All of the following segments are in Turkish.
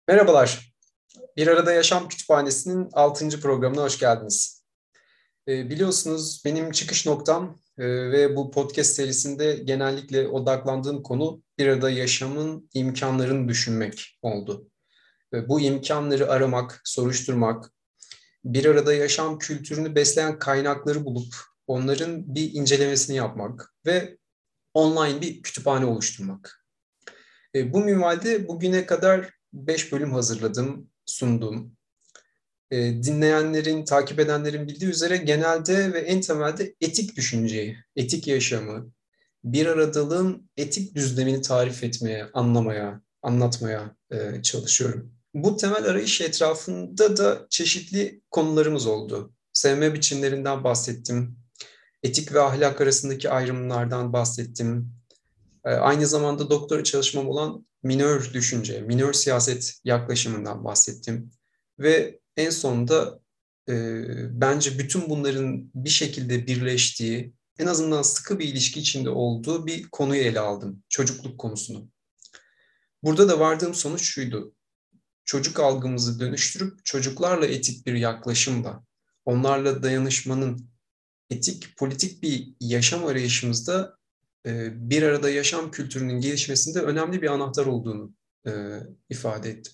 Merhabalar. Bir Arada Yaşam Kütüphanesi'nin 6. programına hoş geldiniz. Biliyorsunuz benim çıkış noktam ve bu podcast serisinde genellikle odaklandığım konu bir arada yaşamın imkanlarını düşünmek oldu. Bu imkanları aramak, soruşturmak, bir arada yaşam kültürünü besleyen kaynakları bulup onların bir incelemesini yapmak ve online bir kütüphane oluşturmak. Bu minvalde bugüne kadar 5 bölüm hazırladım, sundum. Dinleyenlerin, takip edenlerin bildiği üzere genelde ve en temelde etik düşünceyi, etik yaşamı, bir aradalığın etik düzlemini tarif etmeye, anlamaya, anlatmaya çalışıyorum. Bu temel arayış etrafında da çeşitli konularımız oldu. Sevme biçimlerinden bahsettim, etik ve ahlak arasındaki ayrımlardan bahsettim. Aynı zamanda doktora çalışmam olan minör düşünce, minör siyaset yaklaşımından bahsettim. Ve en sonunda bence bütün bunların bir şekilde birleştiği, en azından sıkı bir ilişki içinde olduğu bir konuyu ele aldım. Çocukluk konusunu. Burada da vardığım sonuç şuydu. Çocuk algımızı dönüştürüp çocuklarla etik bir yaklaşımla, onlarla dayanışmanın etik, politik bir yaşam arayışımızda bir arada yaşam kültürünün gelişmesinde önemli bir anahtar olduğunu e, ifade ettim.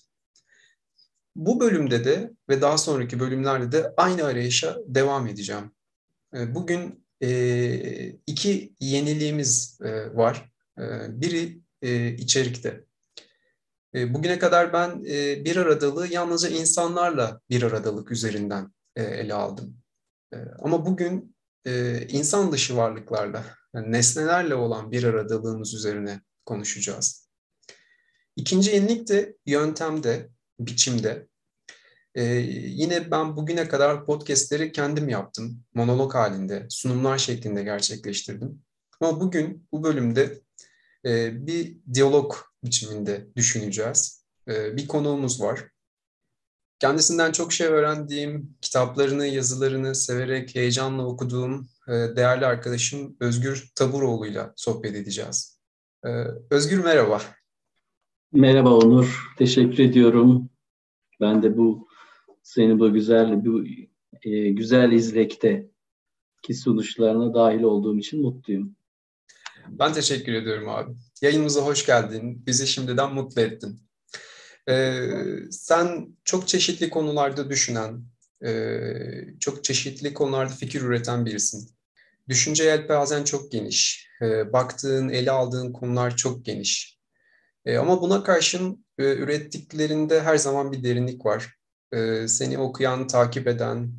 Bu bölümde de ve daha sonraki bölümlerde de aynı arayışa devam edeceğim. Bugün iki yeniliğimiz var. Biri içerikte. Bugüne kadar ben bir aradalığı yalnızca insanlarla bir aradalık üzerinden ele aldım. Ama bugün insan dışı varlıklarla, yani nesnelerle olan bir aradalığımız üzerine konuşacağız. İkinci yenilik de yöntemde, biçimde. Yine ben bugüne kadar podcastleri kendim yaptım. Monolog halinde, sunumlar şeklinde gerçekleştirdim. Ama bugün bu bölümde bir diyalog biçiminde düşüneceğiz. Bir konuğumuz var. Kendisinden çok şey öğrendiğim, kitaplarını, yazılarını severek, heyecanla okuduğum değerli arkadaşım Özgür Taburoğlu'yla sohbet edeceğiz. Özgür merhaba. Merhaba Onur, teşekkür ediyorum. Ben de senin güzel izlekteki sunuşlarına dahil olduğum için mutluyum. Ben teşekkür ediyorum abi. Yayınımıza hoş geldin. Bizi şimdiden mutlu ettin. Sen çok çeşitli konularda düşünen, çok çeşitli konularda fikir üreten birisin. Düşünce yelpazen çok geniş. Baktığın, ele aldığın konular çok geniş. Ama buna karşın ürettiklerinde her zaman bir derinlik var. Seni okuyan, takip eden,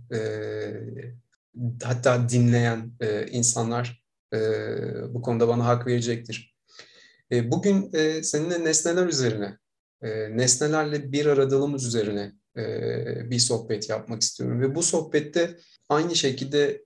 hatta dinleyen insanlar bu konuda bana hak verecektir. Bugün seninle nesneler üzerine, nesnelerle bir aradalımız üzerine bir sohbet yapmak istiyorum. Ve bu sohbette aynı şekilde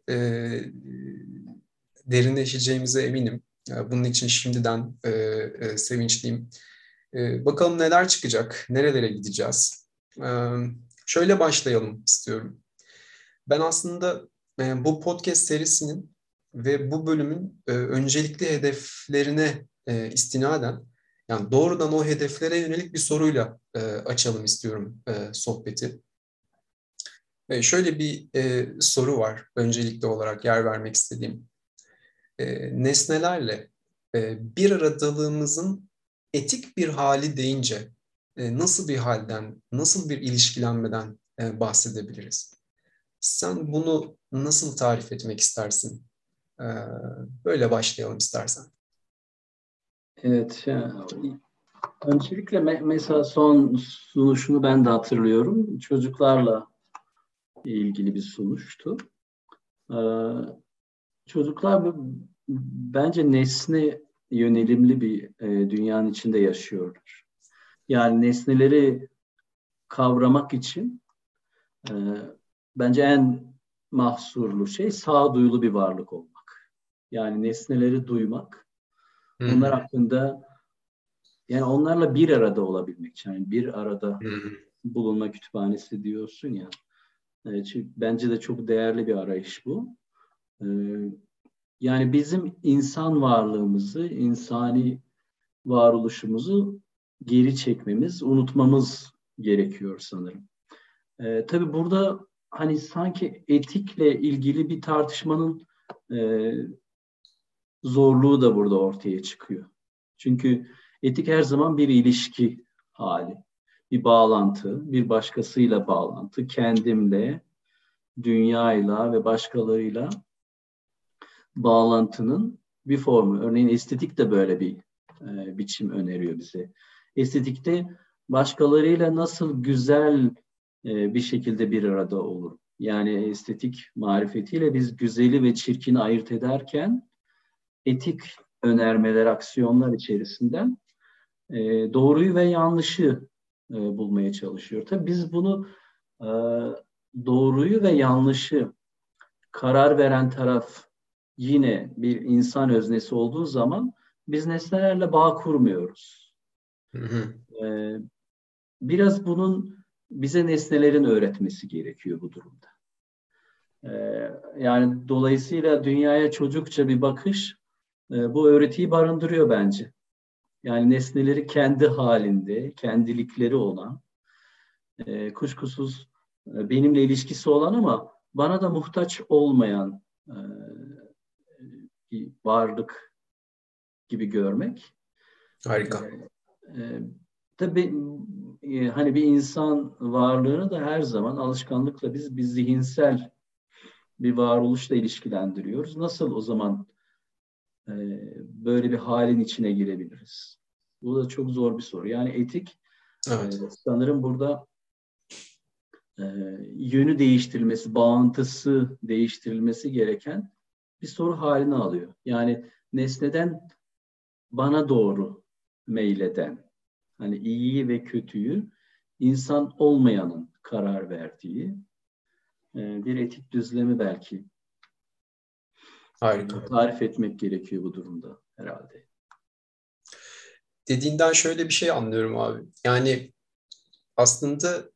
derinleşeceğimize eminim. Bunun için şimdiden sevinçliyim. Bakalım neler çıkacak, nerelere gideceğiz. Şöyle başlayalım istiyorum. Ben aslında bu podcast serisinin ve bu bölümün öncelikli hedeflerine istinaden, yani doğrudan o hedeflere yönelik bir soruyla açalım istiyorum sohbeti. Şöyle bir soru var öncelikli olarak yer vermek istediğim. Nesnelerle bir aradalığımızın etik bir hali deyince nasıl bir halden, nasıl bir ilişkilenmeden bahsedebiliriz? Sen bunu nasıl tarif etmek istersin? Ee, Böyle başlayalım istersen. Evet, öncelikle mesela son sunuşunu ben de hatırlıyorum. Çocuklarla ilgili bir sunuştu. Ee, Çocuklar bence nesne yönelimli bir dünyanın içinde yaşıyorlar. Yani nesneleri kavramak için e, bence en mahsurlu şey sağduyulu bir varlık olmak. Yani nesneleri duymak, Hı onlar hı, hakkında yani onlarla bir arada olabilmek. Yani bir arada hı hı, bulunma kütüphanesi diyorsun ya. Çünkü bence de çok değerli bir arayış bu. E, Yani bizim insan varlığımızı, insani varoluşumuzu geri çekmemiz, unutmamız gerekiyor sanırım. Tabii burada hani sanki etikle ilgili bir tartışmanın e, zorluğu da burada ortaya çıkıyor. Çünkü etik her zaman bir ilişki hali, bir bağlantı, bir başkasıyla bağlantı, kendimle, dünyayla ve başkalarıyla bağlantının bir formu. Örneğin estetik de böyle bir biçim öneriyor bize. Estetikte başkalarıyla nasıl güzel bir şekilde bir arada olur. Yani estetik marifetiyle biz güzeli ve çirkini ayırt ederken etik önermeler, aksiyonlar içerisinden doğruyu ve yanlışı bulmaya çalışıyor. Tabii biz bunu e, doğruyu ve yanlışı karar veren taraf yine bir insan öznesi olduğu zaman biz nesnelerle bağ kurmuyoruz. Hı hı. E, Biraz bunun bize nesnelerin öğretmesi gerekiyor bu durumda. E, Yani dolayısıyla dünyaya çocukça bir bakış bu öğretiyi barındırıyor bence. Yani nesneleri kendi halinde, kendilikleri olan, kuşkusuz benimle ilişkisi olan ama bana da muhtaç olmayan bir varlık gibi görmek. Harika. E, tabii hani bir insan varlığını da her zaman alışkanlıkla biz bir zihinsel bir varoluşla ilişkilendiriyoruz. Nasıl o zaman e, böyle bir halin içine girebiliriz? Bu da çok zor bir soru. Yani etik Evet. sanırım burada e, yönü değiştirilmesi, bağıntısı değiştirilmesi gereken bir soru halini alıyor. Yani nesneden bana doğru meyleden, hani iyiyi ve kötüyü insan olmayanın karar verdiği bir etik düzlemi belki Harika. tarif etmek gerekiyor bu durumda herhalde. Dediğinden şöyle bir şey anlıyorum abi. Yani aslında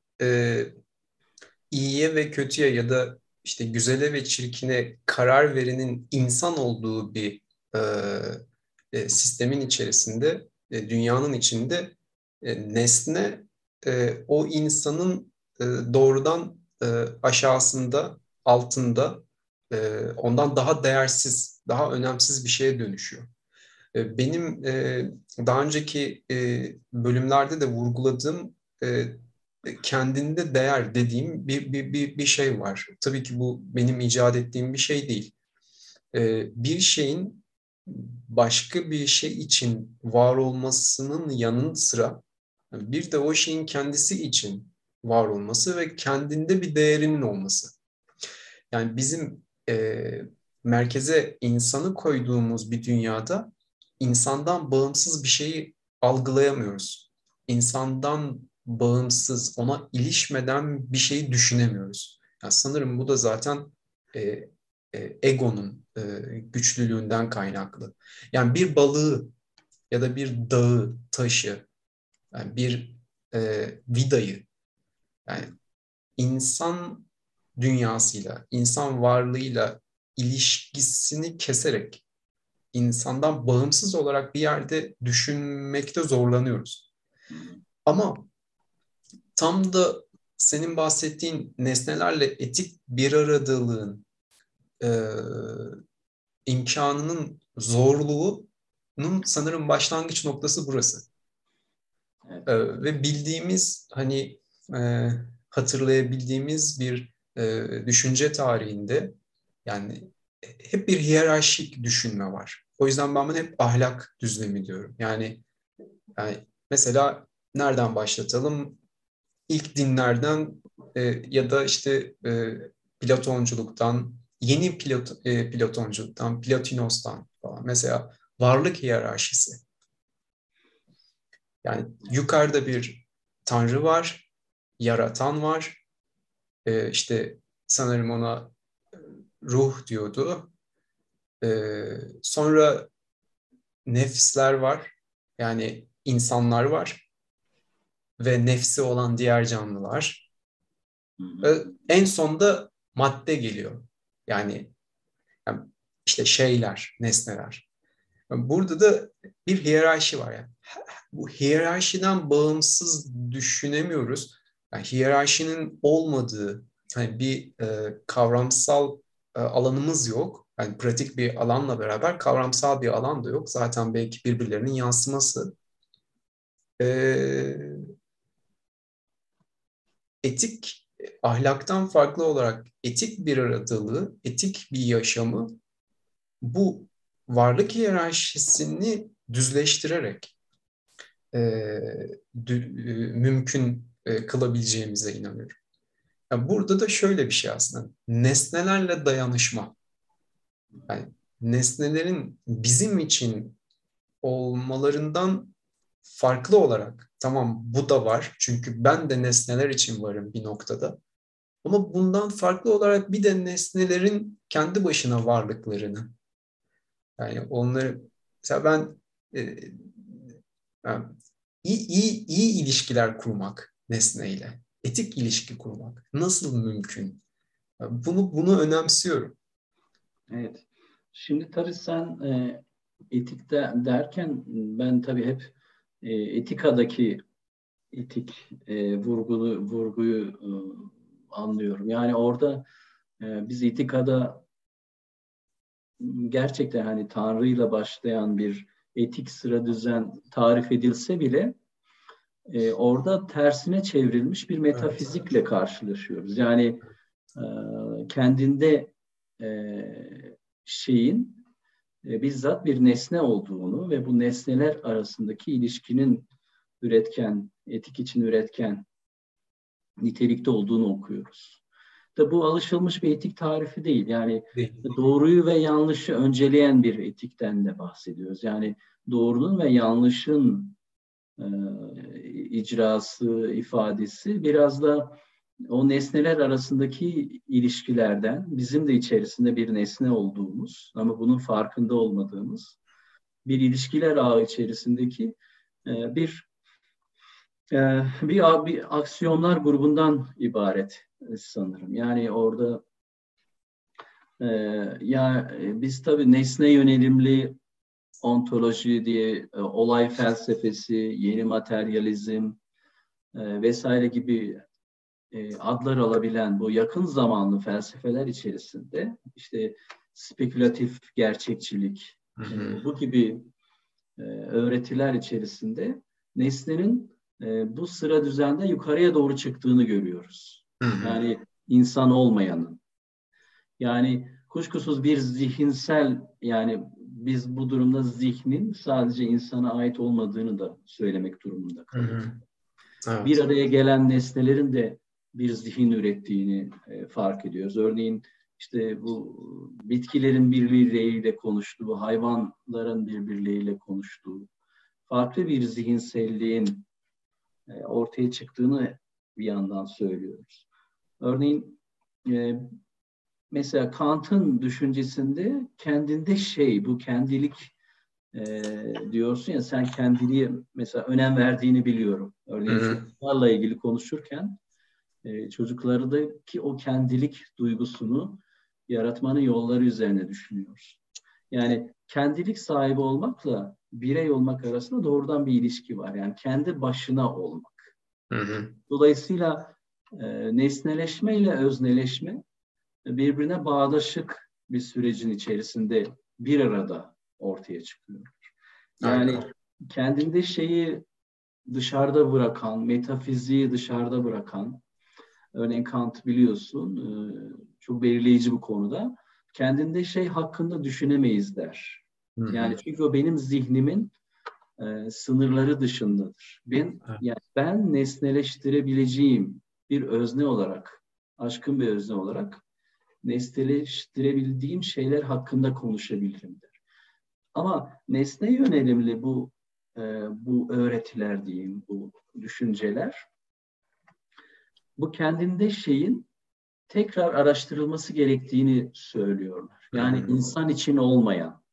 iyiye ve kötüye ya da işte güzele ve çirkine karar verenin insan olduğu bir e, sistemin içerisinde, dünyanın içinde nesne o insanın doğrudan aşağısında, altında, ondan daha değersiz, daha önemsiz bir şeye dönüşüyor. Benim daha önceki bölümlerde de vurguladığım kendinde değer dediğim bir şey var. Tabii ki bu benim icat ettiğim bir şey değil. Bir şeyin başka bir şey için var olmasının yanı sıra bir de o şeyin kendisi için var olması ve kendinde bir değerinin olması. Yani bizim merkeze insanı koyduğumuz bir dünyada insandan bağımsız bir şeyi algılayamıyoruz. İnsandan bağımsız, ona ilişmeden bir şeyi düşünemiyoruz. Yani sanırım bu da zaten e, egonun güçlülüğünden kaynaklı. Yani bir balığı ya da bir dağı, taşı, yani bir vidayı, yani insan dünyasıyla, insan varlığıyla ilişkisini keserek insandan bağımsız olarak bir yerde düşünmekte zorlanıyoruz. Ama tam da senin bahsettiğin nesnelerle etik bir aradalığın e, imkanının zorluğunun sanırım başlangıç noktası burası. Evet. Ve bildiğimiz hani e, hatırlayabildiğimiz bir düşünce tarihinde yani hep bir hiyerarşik düşünme var. O yüzden ben bunu hep ahlak düzlemi diyorum. Yani mesela nereden başlatalım? İlk dinlerden ya da işte Platonculuktan, yeni Platonculuktan, Platinos'tan falan. Mesela varlık hiyerarşisi. Yani yukarıda bir tanrı var, yaratan var. İşte sanırım ona ruh diyordu. Sonra nefsler var. Yani insanlar var ve nefsi olan diğer canlılar. Hı hı. En sonda madde geliyor. Yani işte şeyler, nesneler. Burada da bir hiyerarşi var yani. Bu hiyerarşiden bağımsız düşünemiyoruz. Yani hiyerarşinin olmadığı, hani bir kavramsal alanımız yok. Yani pratik bir alanla beraber kavramsal bir alan da yok. Zaten belki birbirlerinin yansıması. E, etik, ahlaktan farklı olarak etik bir aradılığı, etik bir yaşamı bu varlık hiyerarşisini düzleştirerek e, mümkün kılabileceğimize inanıyorum. Yani burada da şöyle bir şey aslında. Nesnelerle dayanışma. Yani nesnelerin bizim için olmalarından farklı olarak, tamam bu da var çünkü ben de nesneler için varım bir noktada. Ama bundan farklı olarak bir de nesnelerin kendi başına varlıklarını, yani onları, mesela ben e, yani iyi ilişkiler kurmak nesneyle, etik ilişki kurmak nasıl mümkün? Bunu önemsiyorum. Evet. Şimdi tabii sen etikte derken ben tabii hep etikadaki etik vurguyu anlıyorum. Yani orada biz etikada gerçekten hani Tanrı'yla başlayan bir etik sıra düzen tarif edilse bile orada tersine çevrilmiş bir Evet. metafizikle karşılaşıyoruz. Yani e, kendinde şeyin bizzat bir nesne olduğunu ve bu nesneler arasındaki ilişkinin üretken, etik için üretken nitelikte olduğunu okuyoruz. Da bu alışılmış bir etik tarifi değil. Yani Değil. doğruyu ve yanlışı önceleyen bir etikten de bahsediyoruz. Yani doğrunun ve yanlışın e, icrası, ifadesi biraz da o nesneler arasındaki ilişkilerden bizim de içerisinde bir nesne olduğumuz ama bunun farkında olmadığımız bir ilişkiler ağı içerisindeki bir bir aksiyonlar grubundan ibaret sanırım. Yani orada e, biz tabii nesne yönelimli ontoloji diye olay felsefesi, yeni materyalizm vesaire gibi adlar alabilen bu yakın zamanlı felsefeler içerisinde işte spekülatif gerçekçilik, Hı hı. bu gibi öğretiler içerisinde nesnenin bu sıra düzende yukarıya doğru çıktığını görüyoruz. Hı hı. Yani insan olmayanın. Yani kuşkusuz bir zihinsel, yani biz bu durumda zihnin sadece insana ait olmadığını da söylemek durumunda Hı hı. kalıyoruz. Bir Evet. araya gelen nesnelerin de bir zihin ürettiğini fark ediyoruz. Örneğin işte bu bitkilerin birbirleriyle konuştuğu, hayvanların birbirleriyle konuştuğu, farklı bir zihinselliğin ortaya çıktığını bir yandan söylüyoruz. Örneğin e, mesela Kant'ın düşüncesinde kendinde bu kendilik diyorsun ya, sen kendiliğe mesela önem verdiğini biliyorum. Hı Örneğin hı. çocuklarla ilgili konuşurken çocuklardaki o kendilik duygusunu yaratmanın yolları üzerine düşünüyoruz. Yani kendilik sahibi olmakla birey olmak arasında doğrudan bir ilişki var. Yani kendi başına olmak. Hı hı. Dolayısıyla nesneleşme ile özneleşme birbirine bağdaşık bir sürecin içerisinde bir arada ortaya çıkıyor. Yani Aynen. kendinde dışarıda bırakan, metafiziği dışarıda bırakan, örneğin Kant biliyorsun, çok belirleyici bu konuda. Kendinde hakkında düşünemeyiz der. Hı Yani hı. çünkü o benim zihnimin sınırları dışındadır. Ben nesneleştirebileceğim bir özne olarak, aşkın bir özne olarak nesneleştirebildiğim şeyler hakkında konuşabilirim der. Ama nesne yönelimli bu öğretiler diyeyim, bu düşünceler, bu kendinde tekrar araştırılması gerektiğini söylüyorlar. Hı Yani hı. insan için olmayan,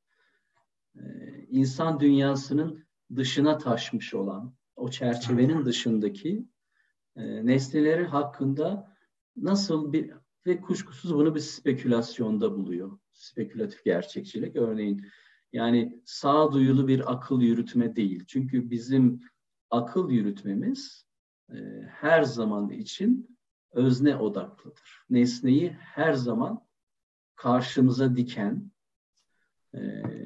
insan dünyasının dışına taşmış olan, o çerçevenin dışındaki nesneleri hakkında nasıl ve kuşkusuz bunu bir spekülasyonda buluyor. Spekülatif gerçekçilik örneğin. Yani sağduyulu bir akıl yürütme değil. Çünkü bizim akıl yürütmemiz her zaman için özne odaklıdır. Nesneyi her zaman karşımıza diken, e,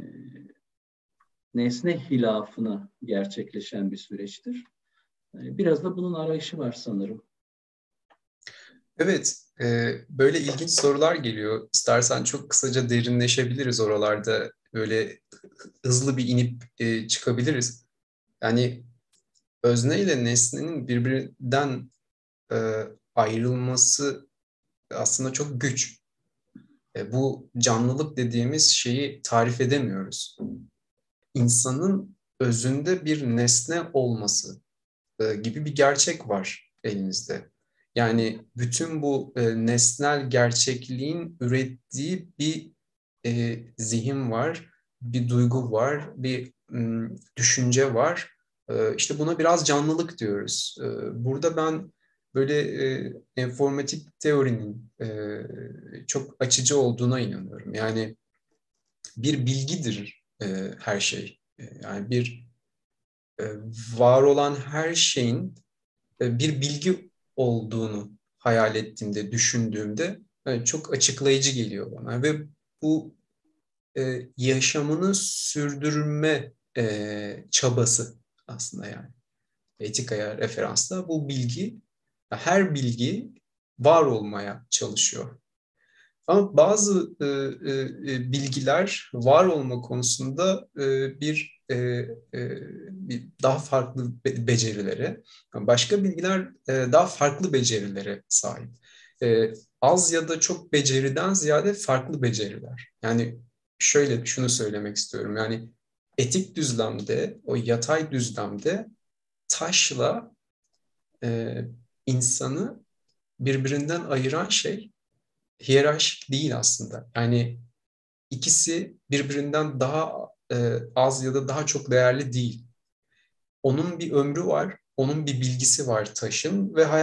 nesne hilafına gerçekleşen bir süreçtir. Biraz da bunun arayışı var sanırım. Evet, böyle ilginç sorular geliyor. İstersen çok kısaca derinleşebiliriz oralarda. Böyle hızlı bir inip çıkabiliriz. Yani özne ile nesnenin birbirinden e, ayrılması aslında çok güç. Bu canlılık dediğimiz şeyi tarif edemiyoruz. İnsanın özünde bir nesne olması gibi bir gerçek var elimizde. Yani bütün bu nesnel gerçekliğin ürettiği bir zihin var, bir duygu var, bir düşünce var. İşte buna biraz canlılık diyoruz. Burada ben böyle enformatik teorinin çok açıcı olduğuna inanıyorum. Yani bir bilgidir her şey. Yani bir e, var olan her şeyin bir bilgi olduğunu hayal ettiğimde, düşündüğümde çok açıklayıcı geliyor bana ve bu yaşamını sürdürme çabası aslında yani. Etikaya referansla bu bilgi, her bilgi var olmaya çalışıyor. Ama bazı bilgiler var olma konusunda bir daha farklı becerilere, başka bilgiler daha farklı becerilere sahip. Az ya da çok beceriden ziyade farklı beceriler. Yani şöyle şunu söylemek istiyorum. Yani etik düzlemde, o yatay düzlemde taşla e, insanı birbirinden ayıran şey hiyerarşik değil aslında. Yani ikisi birbirinden daha az ya da daha çok değerli değil. Onun bir ömrü var, onun bir bilgisi var taşın ve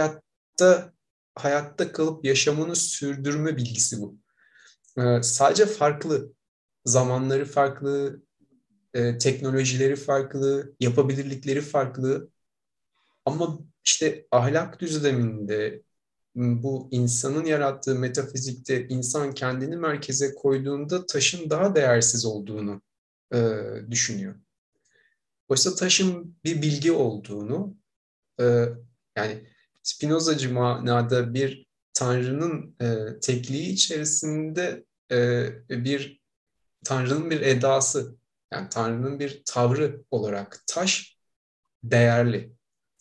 hayatta kalıp yaşamını sürdürme bilgisi bu. Sadece farklı, zamanları farklı, teknolojileri farklı, yapabilirlikleri farklı. Ama işte ahlak düzleminde bu insanın yarattığı metafizikte insan kendini merkeze koyduğunda taşın daha değersiz olduğunu düşünüyor. Oysa taşın bir bilgi olduğunu, e, yani Spinozacı manada bir tanrının tekliği içerisinde bir tanrının bir edası, yani tanrının bir tavrı olarak taş değerli.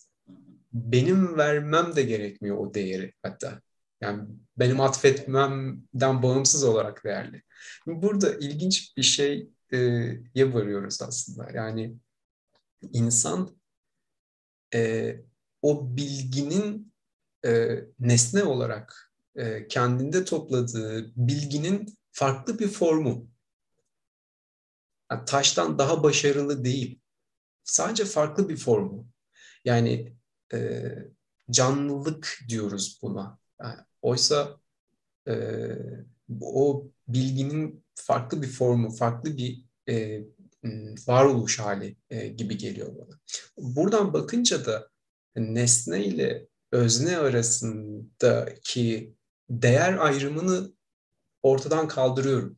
Benim vermem de gerekmiyor o değeri hatta. Yani benim atfetmemden bağımsız olarak değerli. Burada ilginç bir şeye varıyoruz aslında. Yani insan e, o bilginin nesne olarak kendinde topladığı bilginin farklı bir formu. Yani taştan daha başarılı değil. Sadece farklı bir formu. Yani e, canlılık diyoruz buna. Yani, oysa e, o bilginin farklı bir formu, farklı bir varoluş hali gibi geliyor bana. Buradan bakınca da nesne ile özne arasındaki değer ayrımını ortadan kaldırıyorum.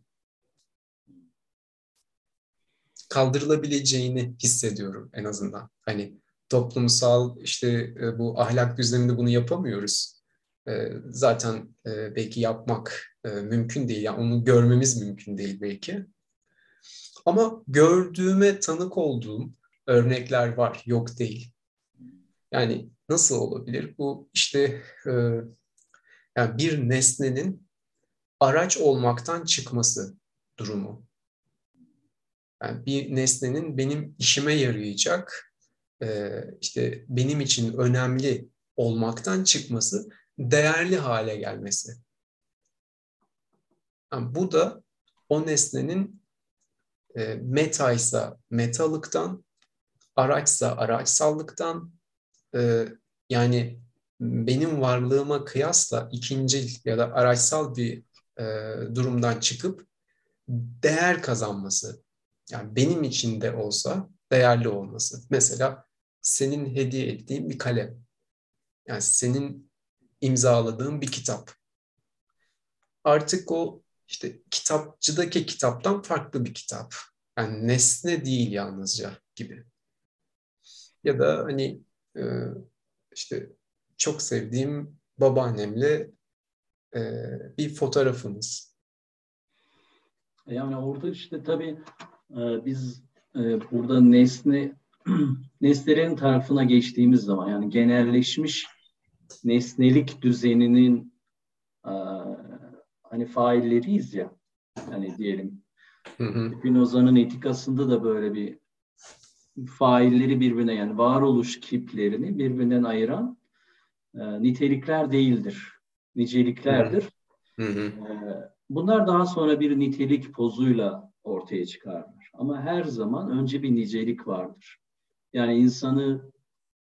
Kaldırılabileceğini hissediyorum en azından. Hani toplumsal işte bu ahlak düzleminde bunu yapamıyoruz. Zaten belki yapmak mümkün değil. Yani onu görmemiz mümkün değil belki. Ama gördüğüme tanık olduğum örnekler var, yok değil. Yani nasıl olabilir? Bu işte yani bir nesnenin araç olmaktan çıkması durumu. Yani bir nesnenin benim işime yarayacak, işte benim için önemli olmaktan çıkması, değerli hale gelmesi. Yani bu da o nesnenin metaysa metalıktan, araçsa araçsallıktan, e, yani benim varlığıma kıyasla ikincil ya da araçsal bir durumdan çıkıp değer kazanması. Yani benim için de olsa değerli olması. Mesela senin hediye ettiğin bir kalem. Yani senin imzaladığın bir kitap. Artık o işte kitapçıdaki kitaptan farklı bir kitap. Yani nesne değil yalnızca gibi. Ya da hani e, işte çok sevdiğim babaannemle bir fotoğrafımız. Yani orada işte tabii biz burada nesnelerin tarafına geçtiğimiz zaman yani genelleşmiş nesnelik düzeninin e, hani failleriyiz ya hani diyelim. Hı hı, Spinoza'nın etikasında da böyle bir failleri birbirine yani varoluş kiplerini birbirinden ayıran nitelikler değildir, hı hı, niceliklerdir. hı hı, E, Bunlar daha sonra bir nitelik pozuyla ortaya çıkarlar. Ama her zaman önce bir nicelik vardır. Yani insanı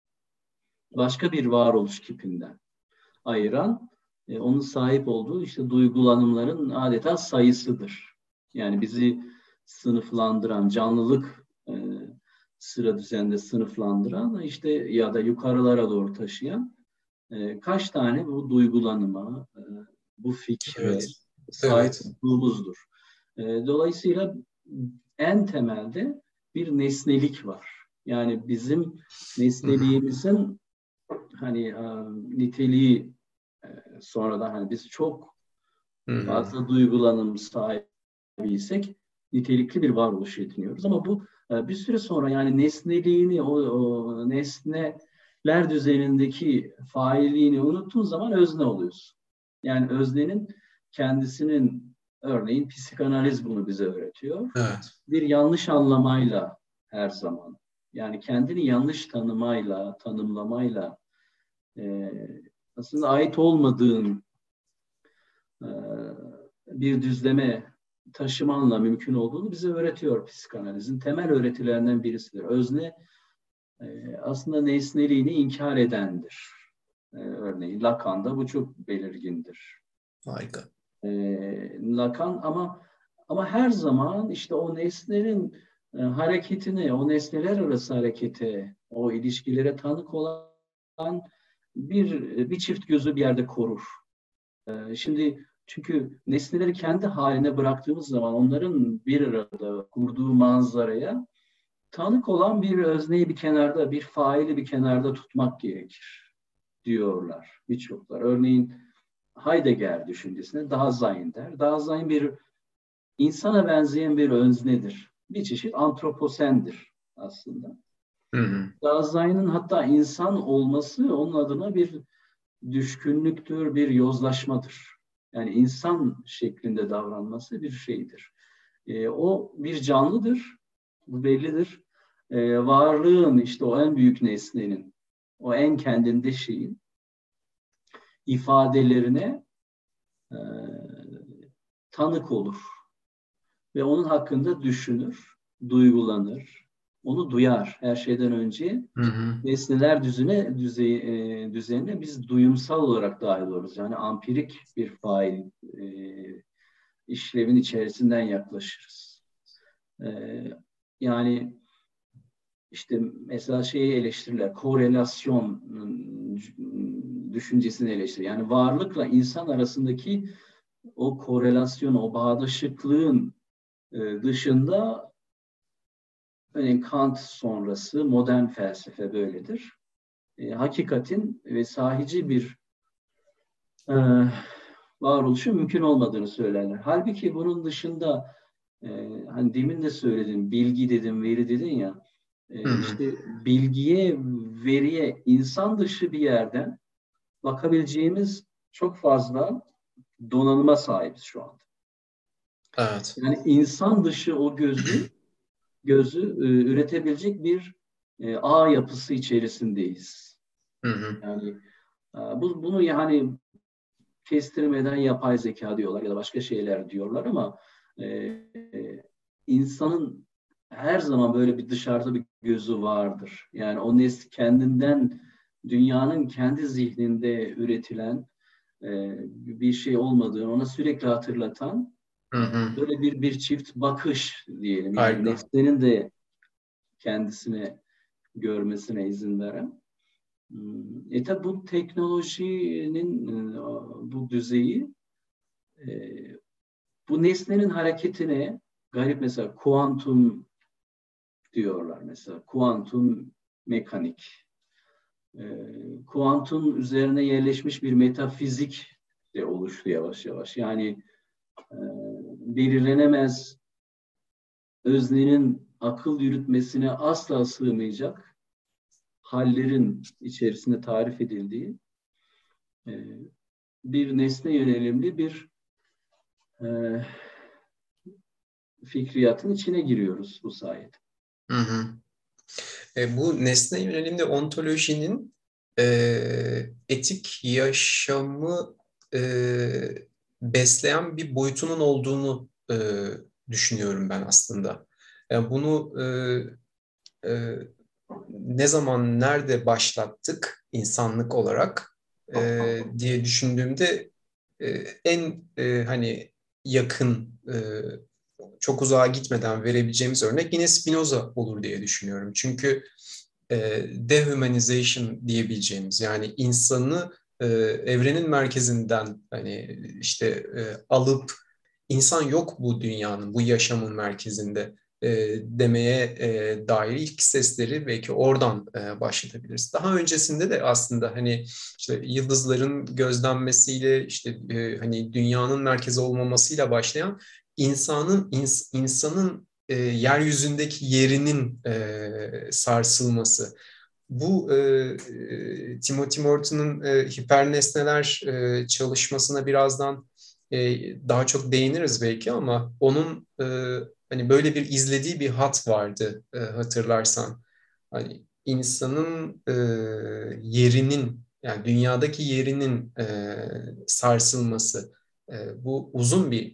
başka bir varoluş kipinden ayıran, onun sahip olduğu işte duygulanımların adeta sayısıdır. Yani bizi sınıflandıran, canlılık sıra düzeninde sınıflandıran işte ya da yukarılara doğru taşıyan kaç tane bu duygulanıma, bu fikre evet, sahip evet. olduğumuzdur. Dolayısıyla en temelde bir nesnelik var. Yani bizim Hı hı, nesneliğimizin hani niteliği sonradan hani biz çok hı hı, fazla duygulanım sahibiysek nitelikli bir varoluş ediniyoruz. Ama bu bir süre sonra yani nesneliğini, o nesneler düzenindeki failliğini unuttuğun zaman özne oluyorsun. Yani öznenin kendisinin örneğin psikanaliz bunu bize öğretiyor. evet. Bir yanlış anlamayla her zaman yani kendini yanlış tanımayla, tanımlamayla e, aslında ait olmadığın e, bir düzleme taşımanla mümkün olduğunu bize öğretiyor psikanalizin. Temel öğretilerinden birisidir. Özne aslında nesneliğini inkar edendir. Örneğin Lacan'da bu çok belirgindir. Harika. Lacan ama her zaman işte o nesnenin hareketini, o nesneler arası harekete, o ilişkilere tanık olan bir çift gözü bir yerde korur. Şimdi çünkü nesneleri kendi haline bıraktığımız zaman onların bir arada kurduğu manzaraya tanık olan bir özneyi bir kenarda, bir faili bir kenarda tutmak gerekir diyorlar birçoklar. Örneğin Heidegger düşüncesine Dasein der. Dasein bir insana benzeyen bir öznedir. Bir çeşit antroposendir aslında. Hı hı, Dasein'in hatta insan olması onun adına bir düşkünlüktür, bir yozlaşmadır. Yani insan şeklinde davranması bir şeydir. O bir canlıdır, bu bellidir. Varlığın işte o en büyük nesnenin, o en kendinde şeyin ifadelerine e, tanık olur ve onun hakkında düşünür, duygulanır, onu duyar her şeyden önce. hı hı. Nesneler düzenine biz duyumsal olarak dahil oluruz. Yani ampirik bir fail işlevin içerisinden yaklaşırız. E, Yani işte mesela şeyi eleştirirler, korelasyon düşüncesini eleştirir. Yani varlıkla insan arasındaki o korelasyon, o bağdaşıklığın dışında örneğin Kant sonrası modern felsefe böyledir. Hakikatin ve sahici bir e, varoluşun mümkün olmadığını söylerler. Halbuki bunun dışında hani demin de söyledim, bilgi dedim, veri dedin ya, Hı hı. işte bilgiye, veriye insan dışı bir yerden bakabileceğimiz çok fazla donanıma sahibiz şu anda. Evet. Yani insan dışı o gözü üretebilecek bir ağ yapısı içerisindeyiz. Hı hı. Yani bunu yani kestirmeden yapay zeka diyorlar ya da başka şeyler diyorlar ama e, insanın her zaman böyle bir dışarıda bir gözü vardır. Yani o kendinden dünyanın kendi zihninde üretilen bir şey olmadığını ona sürekli hatırlatan Hı hı. böyle bir çift bakış diyelim. Yani Harika. nesnenin de kendisine görmesine izin veren. Tabi bu teknolojinin bu düzeyi bu nesnenin hareketine garip, mesela kuantum diyorlar, mesela kuantum mekanik. Kuantum üzerine yerleşmiş bir metafizik de oluştu yavaş yavaş. Yani belirlenemez, öznenin akıl yürütmesine asla sığmayacak hallerin içerisinde tarif edildiği bir nesne yönelimli bir fikriyatın içine giriyoruz bu sayede. Hı hı. Bu nesne yönelimli ontolojinin etik yaşamı besleyen bir boyutunun olduğunu düşünüyorum ben aslında. Yani bunu e, ne zaman, nerede başlattık insanlık olarak diye düşündüğümde e, en hani yakın, çok uzağa gitmeden verebileceğimiz örnek yine Spinoza olur diye düşünüyorum. Çünkü dehumanization diyebileceğimiz, yani insanı evrenin merkezinden hani işte alıp insan yok bu dünyanın, bu yaşamın merkezinde demeye dair ilk sesleri belki oradan başlatabiliriz. Daha öncesinde de aslında hani işte yıldızların gözlenmesiyle, işte hani dünyanın merkezi olmamasıyla başlayan insanın yeryüzündeki yerinin sarsılması. Bu Timothy Morton'un hipernesneler çalışmasına birazdan daha çok değiniriz belki, ama onun hani böyle bir izlediği bir hat vardı, hatırlarsan. Hani insanın yerinin, yani dünyadaki yerinin sarsılması. Bu uzun bir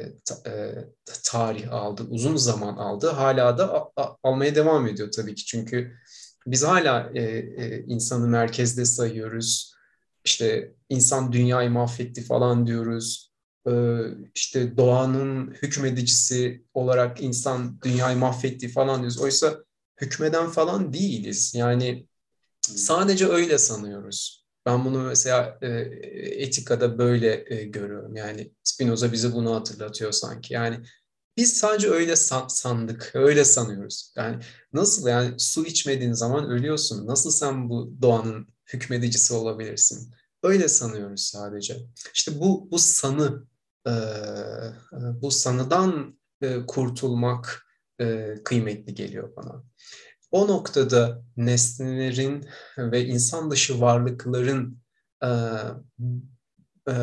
tarih aldı, uzun zaman aldı. Hala da almaya devam ediyor tabii ki. Çünkü biz hala insanı merkezde sayıyoruz. İşte insan dünyayı mahvetti falan diyoruz. İşte doğanın hükmedicisi olarak insan dünyayı mahvetti falan diyoruz. Oysa hükmeden falan değiliz. Yani sadece öyle sanıyoruz. Ben bunu mesela etikada böyle görüyorum. Yani Spinoza bize bunu hatırlatıyor sanki. Yani biz sadece öyle sandık, öyle sanıyoruz. Yani nasıl, yani su içmediğin zaman ölüyorsun. Nasıl sen bu doğanın hükmedicisi olabilirsin? Öyle sanıyoruz sadece. İşte bu sanı, e, bu sanıdan kurtulmak kıymetli geliyor bana. O noktada nesnelerin ve insan dışı varlıkların e, e,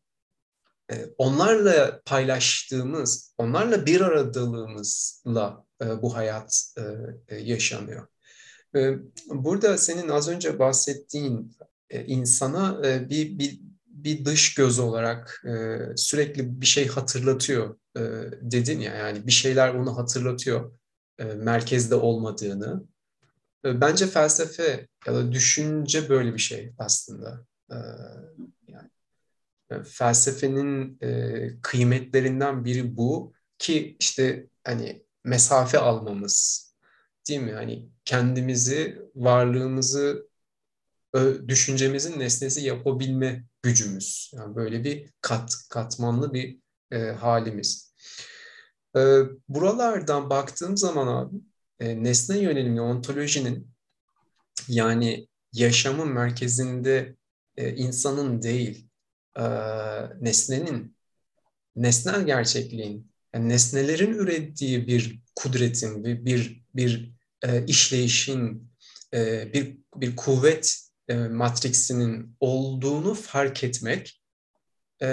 onlarla paylaştığımız, onlarla bir aradalığımızla bu hayat yaşanıyor. E, Burada senin az önce bahsettiğin insana bir dış göz olarak sürekli bir şey hatırlatıyor dedin ya, yani bir şeyler onu hatırlatıyor merkezde olmadığını. Bence felsefe ya da düşünce böyle bir şey aslında. Yani felsefenin kıymetlerinden biri bu ki işte hani mesafe almamız, değil mi? Hani kendimizi, varlığımızı düşüncemizin nesnesi yapabilme gücümüz. Yani böyle bir katmanlı bir halimiz. E, Buralardan baktığım zaman abi, nesne yönelimli ontolojinin, yani yaşamın merkezinde insanın değil, e, nesnenin, nesnel gerçekliğin, yani nesnelerin ürettiği bir kudretin, bir işleyişin, bir kuvvet matriksinin olduğunu fark etmek e,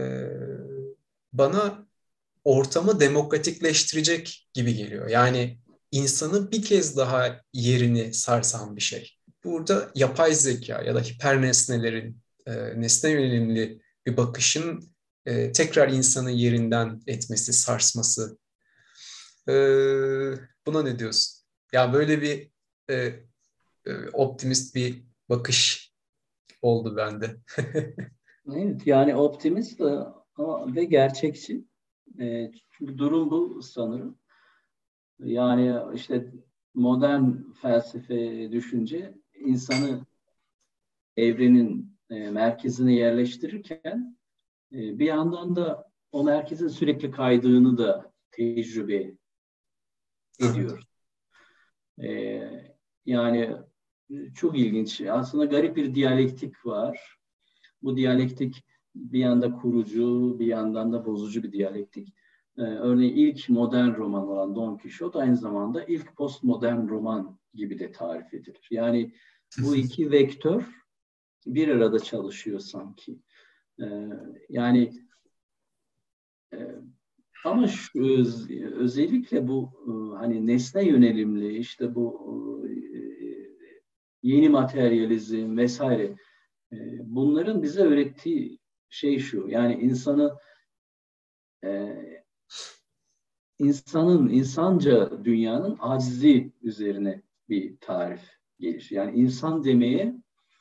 bana ortamı demokratikleştirecek gibi geliyor. Yani insanı bir kez daha yerini sarsan bir şey. Burada yapay zeka ya da hipernesnelerin, nesne yönelimli bir bakışın tekrar insanı yerinden etmesi, sarsması. E, Buna ne diyorsun? Ya böyle bir e, optimist bir bakış oldu bende. Evet, yani optimist ve gerçekçi. Çünkü durum bu sanırım. Yani işte modern felsefe düşünce insanı evrenin merkezine yerleştirirken bir yandan da o merkezin sürekli kaydığını da tecrübe Evet. ediyoruz. Yani çok ilginç. Aslında garip bir diyalektik var. Bu diyalektik bir yanda kurucu, bir yandan da bozucu bir diyalektik. Örneğin ilk modern roman olan Don Quixote aynı zamanda ilk postmodern roman gibi de tarif edilir. Yani bu iki vektör bir arada çalışıyor sanki. Yani ama özellikle bu hani nesne yönelimli işte bu yeni materyalizm vesaire bunların bize öğrettiği şey şu. Yani e, insanca dünyanın aczi üzerine bir tarif gelir. Yani insan demeye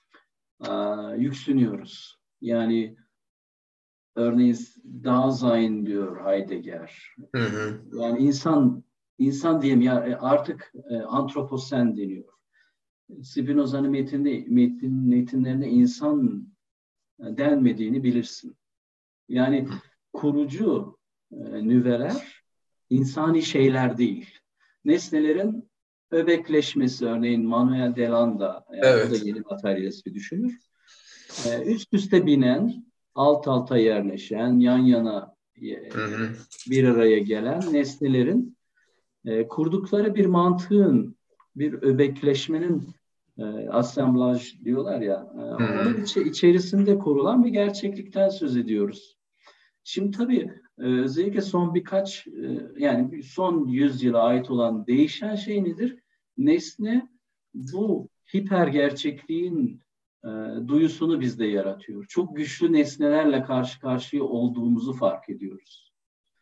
yüksünüyoruz. Yani örneğin Dasein diyor Heidegger. Hı hı. Yani insan diyeyim ya artık antroposen deniyor. Spinoza'nın metinlerine insan denmediğini bilirsin. Yani kurucu nüveler insani şeyler değil. Nesnelerin öbekleşmesi, örneğin Manuel Delanda, yani o da Evet. yeni materyalist bir düşünür. Üst üste binen, alt alta yerleşen, yan yana Hı hı. bir araya gelen nesnelerin kurdukları bir mantığın, bir öbekleşmenin asemblaj diyorlar ya, Hı hı. onun içerisinde kurulan bir gerçeklikten söz ediyoruz. Şimdi tabii özellikle son yani son 100 yıla ait olan değişen şey nedir? Nesne bu hiper gerçekliğin duyusunu bizde yaratıyor. Çok güçlü nesnelerle karşı karşıya olduğumuzu fark ediyoruz.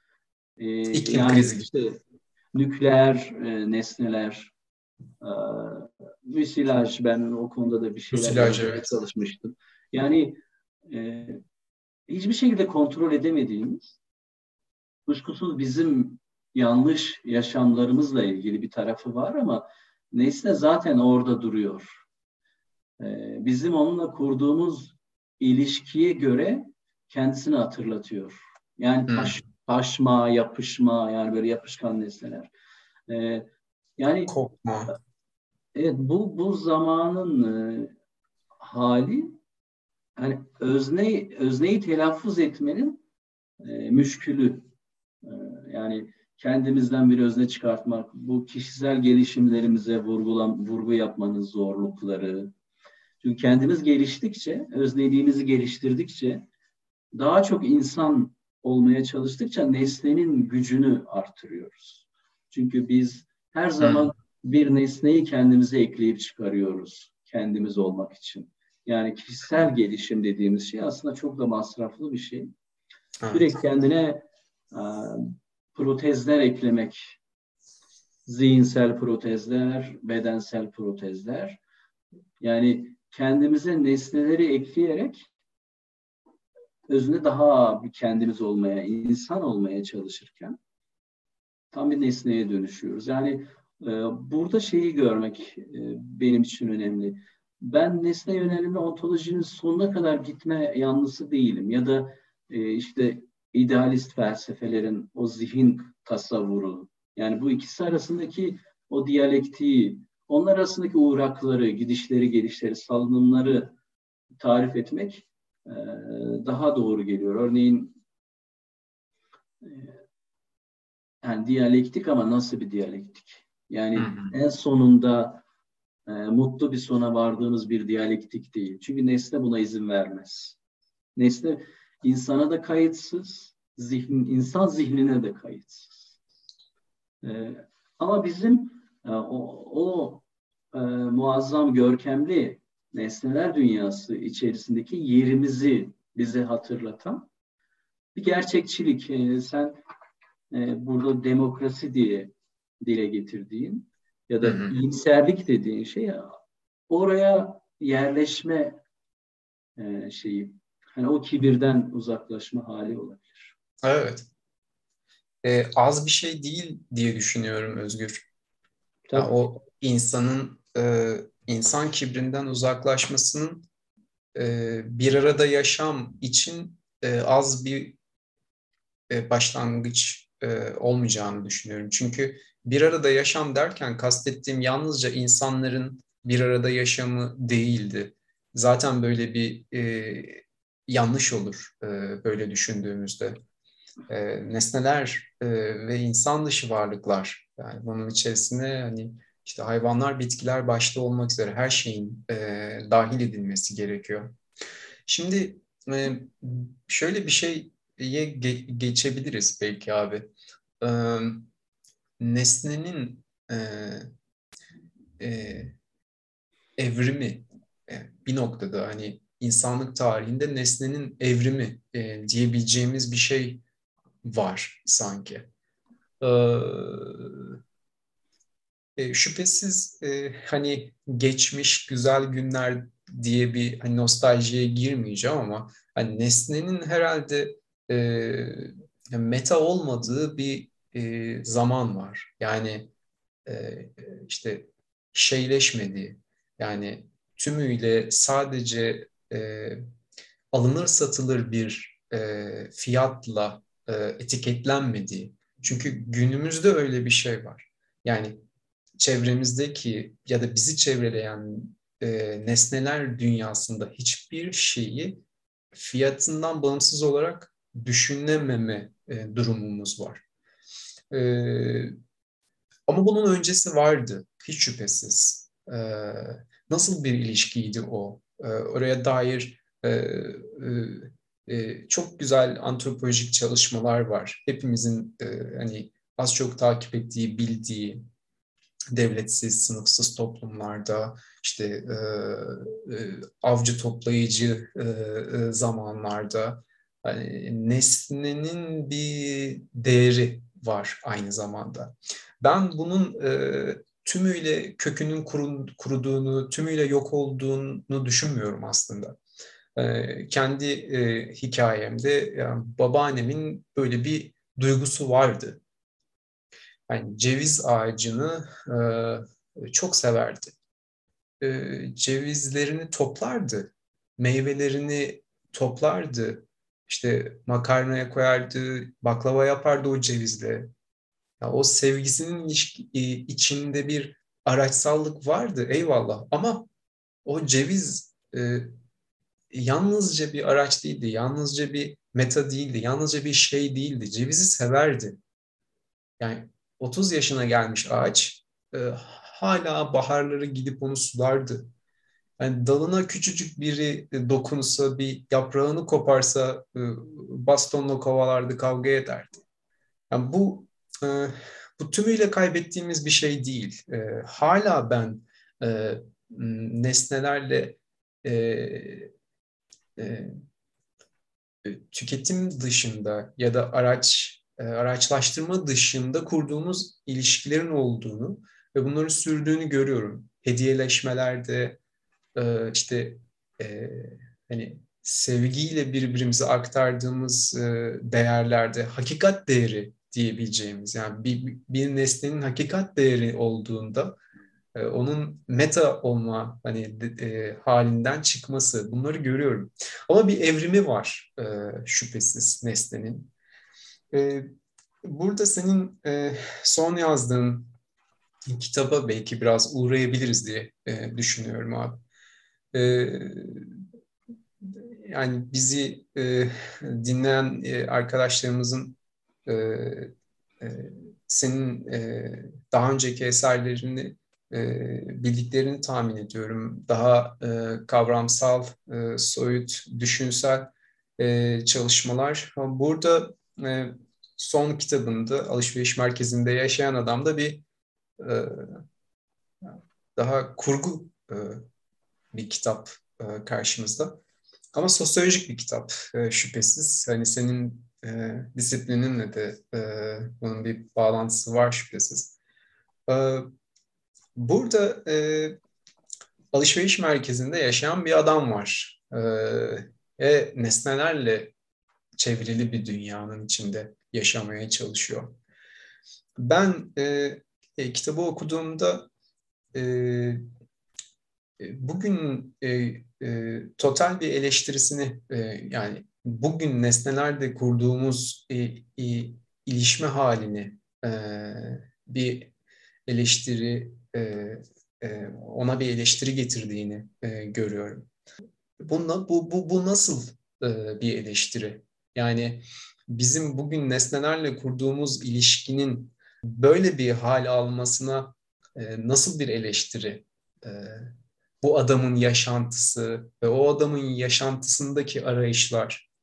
İklim Yani krizi gibi. işte nükleer nesneler, e, müsilaj, ben o konuda da bir şeyler Müsilaj, yazmaya evet. çalışmıştım. Yani e, hiçbir şekilde kontrol edemediğimiz, kuşkusuz bizim yanlış yaşamlarımızla ilgili bir tarafı var ama nesne zaten orada duruyor. Bizim onunla kurduğumuz ilişkiye göre kendisini hatırlatıyor. Yani Hı. taşma, yapışma, yani böyle yapışkan nesneler. Ee, Yani Kopma. evet, bu zamanın hali, hani özneyi telaffuz etmenin müşkülü. E, Yani kendimizden bir özne çıkartmak, bu kişisel gelişimlerimize vurgu yapmanın zorlukları. Çünkü kendimiz geliştikçe, özneliğimizi geliştirdikçe, daha çok insan olmaya çalıştıkça nesnenin gücünü artırıyoruz. Çünkü biz her Hı. zaman bir nesneyi kendimize ekleyip çıkarıyoruz kendimiz olmak için. Yani kişisel gelişim dediğimiz şey aslında çok da masraflı bir şey. Evet. Sürekli kendine protezler eklemek, zihinsel protezler, bedensel protezler. Yani kendimize nesneleri ekleyerek özünde daha bir kendimiz olmaya, insan olmaya çalışırken tam bir nesneye dönüşüyoruz. Yani burada şeyi görmek benim için önemli. Ben nesne yönelimli ontolojinin sonuna kadar gitme yanlısı değilim. Ya da işte idealist felsefelerin o zihin tasavvuru. Yani bu ikisi arasındaki o diyalektiği, onlar arasındaki uğrakları, gidişleri, gelişleri, salınımları tarif etmek e, daha doğru geliyor. Örneğin yani diyalektik ama nasıl bir diyalektik? Hı Yani hı. en sonunda mutlu bir sona vardığımız bir diyalektik değil. Çünkü nesne buna izin vermez. Nesne insana da kayıtsız, insan zihnine de kayıtsız. E, Ama bizim o muazzam, görkemli nesneler dünyası içerisindeki yerimizi bize hatırlatan bir gerçekçilik. Sen burada demokrasi diye dile getirdiğin ya Hı da hı. iyimserlik dediğin şey oraya yerleşme şeyi. Hani o kibirden uzaklaşma hali olabilir. Evet. Az bir şey değil diye düşünüyorum Özgür. Ya Tabii. o insanın insan kibrinden uzaklaşmasının bir arada yaşam için az bir başlangıç olmayacağını düşünüyorum. Çünkü bir arada yaşam derken kastettiğim yalnızca insanların bir arada yaşamı değildi. Zaten böyle bir yanlış olur böyle düşündüğümüzde. Nesneler ve insan dışı varlıklar, yani bunun içerisine hani işte hayvanlar, bitkiler başta olmak üzere her şeyin dahil edilmesi gerekiyor. Şimdi e, şöyle bir şeye geçebiliriz belki abi. E, Nesnenin e, e, evrimi bir noktada hani insanlık tarihinde nesnenin evrimi diyebileceğimiz bir şey var sanki. E, Şüphesiz hani geçmiş güzel günler diye bir hani nostaljiye girmeyeceğim ama hani nesnenin herhalde meta olmadığı bir zaman var. Yani işte şeyleşmediği, yani tümüyle sadece alınır satılır bir fiyatla etiketlenmediği. Çünkü günümüzde öyle bir şey var. Yani çevremizdeki ya da bizi çevreleyen nesneler dünyasında hiçbir şeyi fiyatından bağımsız olarak düşünememe durumumuz var. E, Ama bunun öncesi vardı, hiç şüphesiz. Nasıl bir ilişkiydi o? Oraya dair çok güzel antropolojik çalışmalar var. Hepimizin hani az çok takip ettiği, bildiği, devletsiz, sınıfsız toplumlarda işte avcı toplayıcı zamanlarda hani nesnenin bir değeri var aynı zamanda. Ben bunun tümüyle kökünün kuruduğunu, tümüyle yok olduğunu düşünmüyorum aslında. Kendi hikayemde yani babaannemin böyle bir duygusu vardı. Yani ceviz ağacını çok severdi. Cevizlerini toplardı, meyvelerini toplardı. İşte makarnaya koyardı, baklava yapardı o cevizle. Ya o sevgisinin içinde bir araçsallık vardı, eyvallah. Ama o ceviz yalnızca bir araç değildi, yalnızca bir meta değildi, yalnızca bir şey değildi. Cevizi severdi. Yani 30 yaşına gelmiş ağaç hala baharları gidip onu sulardı. Yani dalına küçücük biri dokunsa, bir yaprağını koparsa bastonla kovalardı, kavga ederdi. Yani bu tümüyle kaybettiğimiz bir şey değil. Hala ben e, nesnelerle e, e, tüketim dışında ya da araçlaştırma dışında kurduğumuz ilişkilerin olduğunu ve bunların sürdüğünü görüyorum. Hediyeleşmelerde işte e, hani sevgiyle birbirimize aktardığımız değerlerde hakikat değeri diyebileceğimiz, yani bir nesnenin hakikat değeri olduğunda onun meta olma hani halinden çıkması, bunları görüyorum. Ama bir evrimi var şüphesiz nesnenin. E, Burada senin son yazdığın kitaba belki biraz uğrayabiliriz diye düşünüyorum abi. E, Yani bizi dinleyen arkadaşlarımızın e, e, senin daha önceki eserlerini bildiklerini tahmin ediyorum. Daha kavramsal, soyut, düşünsel çalışmalar. Burada e, son kitabında Alışveriş Merkezi'nde Yaşayan Adam'da bir e, daha kurgu bir kitap karşımızda. Ama sosyolojik bir kitap şüphesiz. Hani senin disiplininle de bunun bir bağlantısı var şüphesiz. E, Burada alışveriş merkezinde yaşayan bir adam var. Ve nesnelerle çevrili bir dünyanın içinde yaşamaya çalışıyor. Ben kitabı okuduğumda e, bugün total bir eleştirisini yani bugün nesnelerle kurduğumuz ilişme halini e, bir eleştiri ona bir eleştiri getirdiğini görüyorum. Bu nasıl bir eleştiri? Yani bizim bugün nesnelerle kurduğumuz ilişkinin böyle bir hal almasına nasıl bir eleştiri? E, Bu adamın yaşantısı ve o adamın yaşantısındaki arayışlar.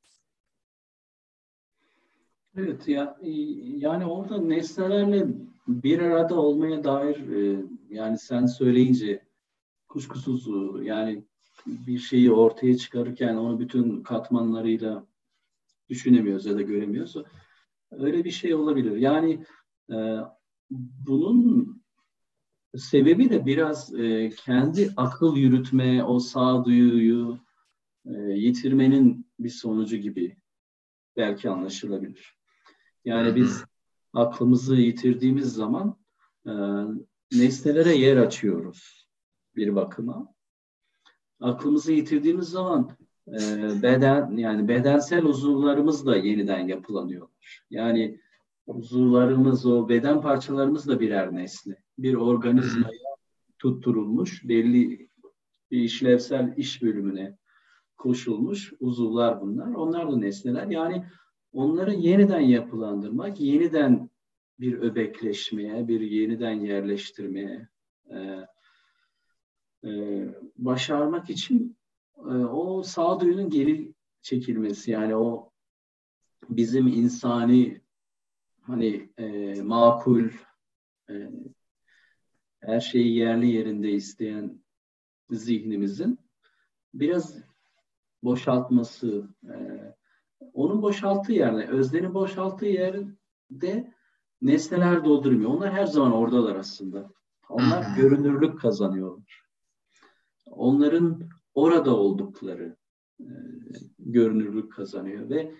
Evet ya, yani orada nesnelerle bir arada olmaya dair, yani sen söyleyince kuşkusuz, yani bir şeyi ortaya çıkarırken onu bütün katmanlarıyla düşünemiyoruz ya da göremiyoruz. Öyle bir şey olabilir. Yani e, bunun sebebi de biraz kendi akıl yürütme, o sağduyuyu yitirmenin bir sonucu gibi belki anlaşılabilir. Hı Yani hı. biz aklımızı yitirdiğimiz zaman e, nesnelere yer açıyoruz bir bakıma. Aklımızı yitirdiğimiz zaman yani bedensel uzuvlarımız da yeniden yapılanıyorlar. Yani uzuvlarımız, o beden parçalarımız da birer nesne. Bir Hı hı. organizmaya tutturulmuş, belli bir işlevsel iş bölümüne koşulmuş uzuvlar bunlar. Onlar da nesneler. Yani onları yeniden yapılandırmak, yeniden bir öbekleşmeye, bir yeniden yerleştirmeye e, e, başarmak için o sağduyunun geri çekilmesi, yani o bizim insani, hani makul, e, her şeyi yerli yerinde isteyen zihnimizin biraz boşaltması, onun boşalttığı yerde, öznenin boşalttığı yerde nesneler doldurmuyor. Onlar her zaman oradalar aslında. Hı Onlar hı. görünürlük kazanıyorlar. Onların orada oldukları e, görünürlük kazanıyor ve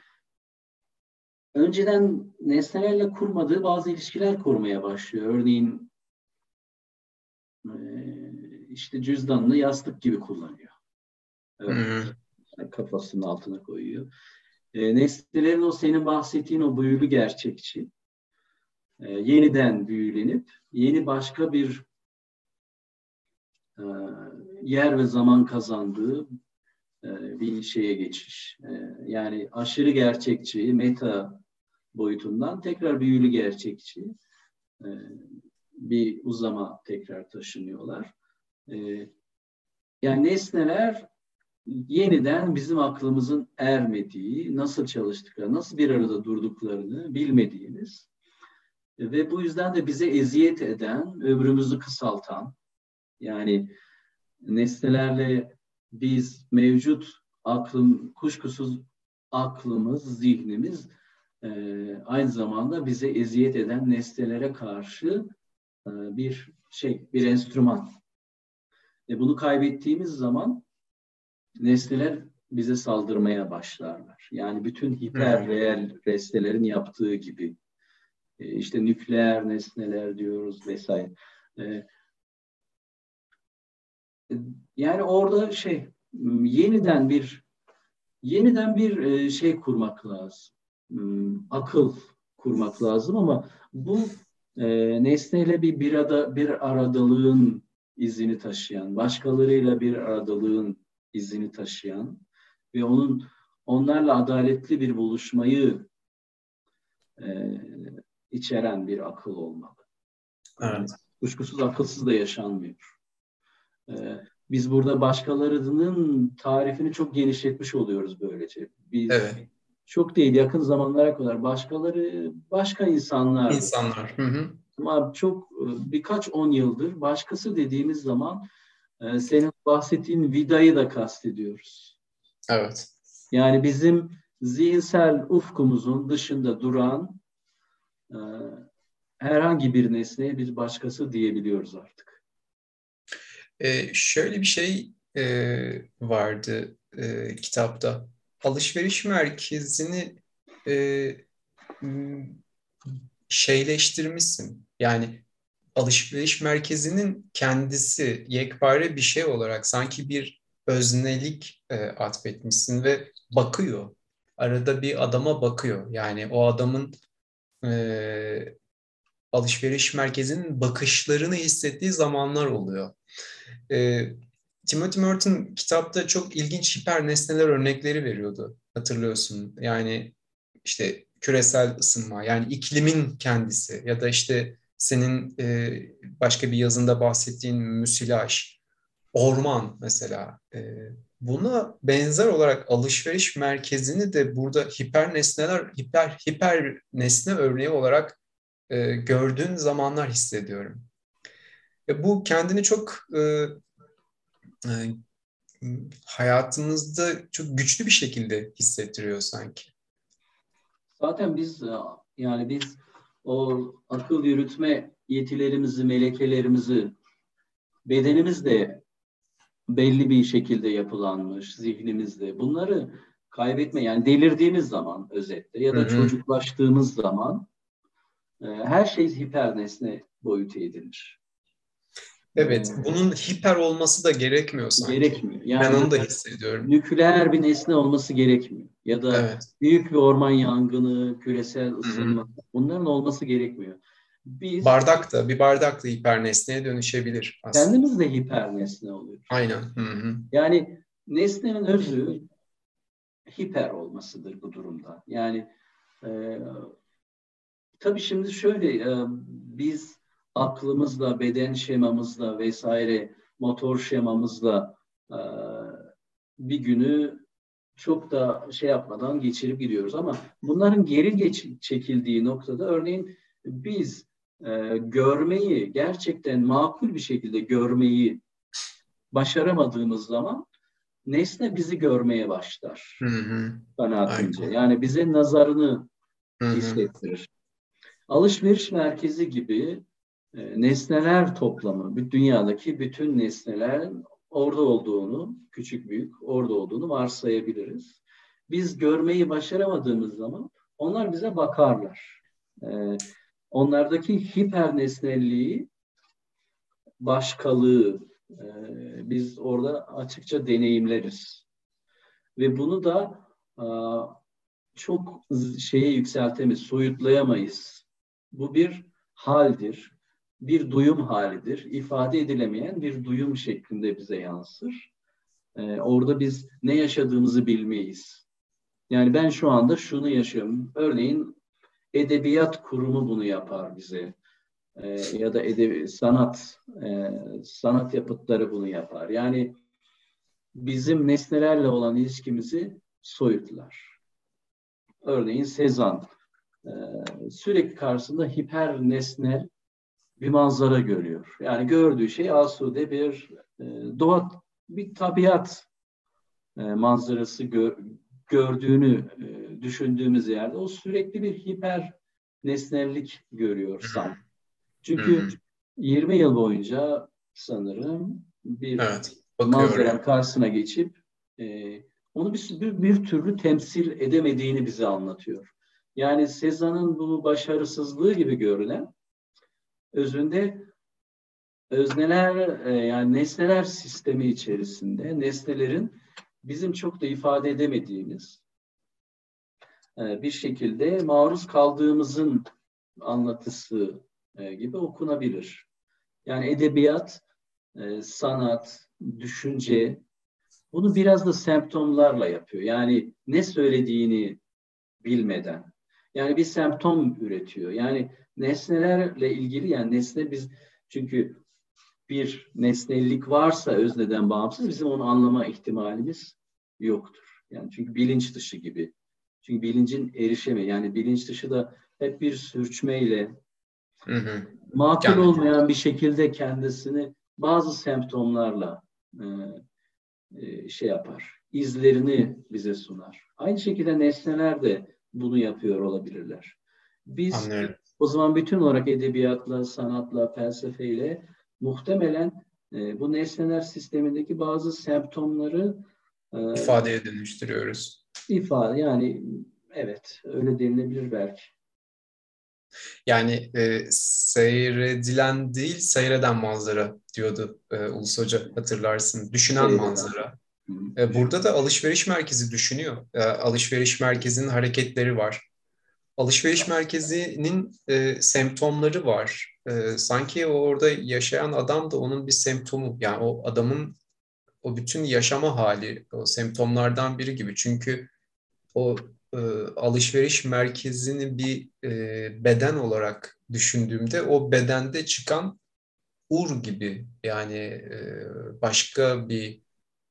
önceden nesnelerle kurmadığı bazı ilişkiler kurmaya başlıyor. Örneğin işte cüzdanını yastık gibi kullanıyor. Hı Örneğin hı. kafasının altına koyuyor. Nesnelerin o senin bahsettiğin o büyülü gerçekçi yeniden büyülenip yeni başka bir e, yer ve zaman kazandığı bir şeye geçiş. Yani aşırı gerçekçi, meta boyutundan tekrar büyülü gerçekçi e, bir uzama tekrar taşınıyorlar. E, Yani nesneler yeniden bizim aklımızın ermediği, nasıl çalıştıklarını, nasıl bir arada durduklarını bilmediğimiz ve bu yüzden de bize eziyet eden, ömrümüzü kısaltan, yani nesnelerle biz mevcut kuşkusuz aklımız, zihnimiz aynı zamanda bize eziyet eden nesnelere karşı bir enstrüman. Bunu kaybettiğimiz zaman nesneler bize saldırmaya başlarlar. Yani bütün Hı hı. hiperreel nesnelerin yaptığı gibi. İşte nükleer nesneler diyoruz vesaire. E, Yani orada yeniden bir şey kurmak lazım. Akıl kurmak lazım ama bu nesneyle bir aradalığın izini taşıyan, başkalarıyla bir aradalığın izini taşıyan ve onlarla adaletli bir buluşmayı e, içeren bir akıl olmalı. Yani Evet. kuşkusuz akılsız da yaşanmıyor. E, Biz burada başkalarının tarifini çok genişletmiş oluyoruz böylece. Biz Evet. çok değil, yakın zamanlara kadar başkaları başka insanlardı. İnsanlar. Hı hı. Ama birkaç 10 yıldır başkası dediğimiz zaman senin bahsettiğin Vida'yı da kastediyoruz. Evet. Yani bizim zihinsel ufkumuzun dışında duran e, herhangi bir nesneye biz başkası diyebiliyoruz artık. Şöyle bir şey vardı kitapta. Alışveriş merkezini e, m- şeyleştirmişsin. Yani alışveriş merkezinin kendisi yekpare bir şey olarak sanki bir öznelik atfetmişsin ve bakıyor. Arada bir adama bakıyor. Yani o adamın e, alışveriş merkezinin bakışlarını hissettiği zamanlar oluyor. E, Timothy Merton kitapta çok ilginç hiper nesneler örnekleri veriyordu. Hatırlıyorsun. Yani işte küresel ısınma, yani iklimin kendisi ya da işte senin başka bir yazında bahsettiğin müsilaj, orman mesela. Buna benzer olarak alışveriş merkezini de burada hiper nesneler, hiper nesne örneği olarak gördüğün zamanlar hissediyorum. Bu kendini çok e, hayatımızda çok güçlü bir şekilde hissettiriyor sanki. Zaten biz o akıl yürütme yetilerimizi, melekelerimizi bedenimizde belli bir şekilde yapılanmış, zihnimizde. Bunları kaybetme, yani delirdiğimiz zaman özetle ya Hı da hı. çocuklaştığımız zaman her şey hiper nesne boyutu edinir. Evet, bunun hiper olması da gerekmiyor sanki. Gerekmiyor. Ben Yani onu da hissediyorum. nükleer bir nesne olması gerekmiyor. Ya da Evet. büyük bir orman yangını, küresel Hı hı. ısınma, bunların olması gerekmiyor. Biz Bir bardak da hiper nesneye dönüşebilir aslında. kendimiz de hiper nesne oluyoruz. Aynen. Hı hı. Yani nesnenin özü hiper olmasıdır bu durumda. Yani e, tabii şimdi şöyle biz aklımızla, beden şemamızla vesaire, motor şemamızla e, bir günü çok da şey yapmadan geçirip gidiyoruz. Ama bunların çekildiği noktada örneğin biz görmeyi, gerçekten makul bir şekilde görmeyi başaramadığımız zaman nesne bizi görmeye Hı başlar hı. kanaatimce. Aynen. Yani bize nazarını Hı hı. hissettirir. Alışveriş merkezi gibi nesneler toplamı, bir dünyadaki bütün nesnelerin orada olduğunu, küçük büyük orada olduğunu varsayabiliriz. Biz görmeyi başaramadığımız zaman onlar bize bakarlar. E, Onlardaki hiper nesnelliği, başkalığı biz orada açıkça deneyimleriz. Ve bunu da çok şeye yükseltemeyiz, soyutlayamayız. Bu bir haldir, bir duyum halidir. İfade edilemeyen bir duyum şeklinde bize yansır. Orada biz ne yaşadığımızı bilmeyiz. Yani ben şu anda şunu yaşıyorum. Örneğin edebiyat kurumu bunu yapar bize. Ya da sanat yapıtları bunu yapar. Yani bizim nesnelerle olan ilişkimizi soyutlar. Örneğin Sezan sürekli karşısında hiper nesnel bir manzara görüyor. Yani gördüğü şey asude bir e, doğa, bir tabiat manzarası gördüğünü düşündüğümüz yerde o sürekli bir hiper nesnellik görüyor Sam. Hı Çünkü hı. 20 yıl boyunca sanırım bir Evet. Bakıyor manzaranın oraya. karşısına geçip onu bir türlü temsil edemediğini bize anlatıyor. Yani Sezan'ın bu başarısızlığı gibi görünen özünde özneler yani nesneler sistemi içerisinde nesnelerin bizim çok da ifade edemediğimiz bir şekilde maruz kaldığımızın anlatısı gibi okunabilir. Yani edebiyat, sanat, düşünce bunu biraz da semptomlarla yapıyor. Yani ne söylediğini bilmeden. Yani bir semptom üretiyor. Yani nesnelerle ilgili, yani nesne biz, çünkü bir nesnellik varsa özneden bağımsız bizim onu anlama ihtimalimiz yoktur. Yani çünkü bilinç dışı gibi. Çünkü bilincin erişemi, yani bilinç dışı da hep bir sürçmeyle Hı hı. makul Kendini. olmayan bir şekilde kendisini bazı semptomlarla e, şey yapar. İzlerini bize sunar. Aynı şekilde nesneler de bunu yapıyor olabilirler. Biz Anlıyorum. o zaman bütün olarak edebiyatla, sanatla, felsefeyle muhtemelen bu nesneler sistemindeki bazı semptomları e, İfadeye dönüştürüyoruz. ifade, yani evet öyle denilebilir belki. Yani seyredilen değil, seyreden manzara diyordu Ulus Hoca, hatırlarsın. Düşünen Seyreden. manzara. Hı, Burada düşünün. da alışveriş merkezi düşünüyor. Alışveriş merkezinin hareketleri var. Alışveriş merkezinin semptomları var. Sanki orada yaşayan adam da onun bir semptomu. Yani o adamın o bütün yaşama hali o semptomlardan biri gibi. Çünkü o e, alışveriş merkezini bir beden olarak düşündüğümde o bedende çıkan ur gibi, yani başka bir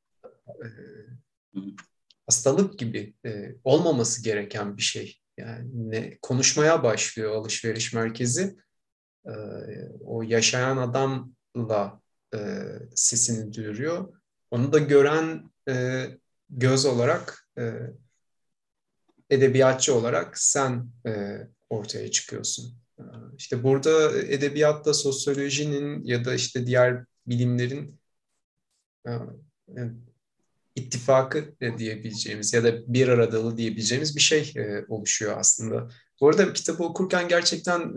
Hı, hastalık gibi, olmaması gereken bir şey. Yani konuşmaya başlıyor alışveriş merkezi. E, O yaşayan adamla e, sesini duyuruyor. Onu da gören göz olarak, edebiyatçı olarak sen ortaya çıkıyorsun. İşte burada edebiyatta sosyolojinin ya da işte diğer bilimlerin e, e, ittifakı diyebileceğimiz ya da bir aradalı diyebileceğimiz bir şey oluşuyor aslında. Bu arada kitabı okurken gerçekten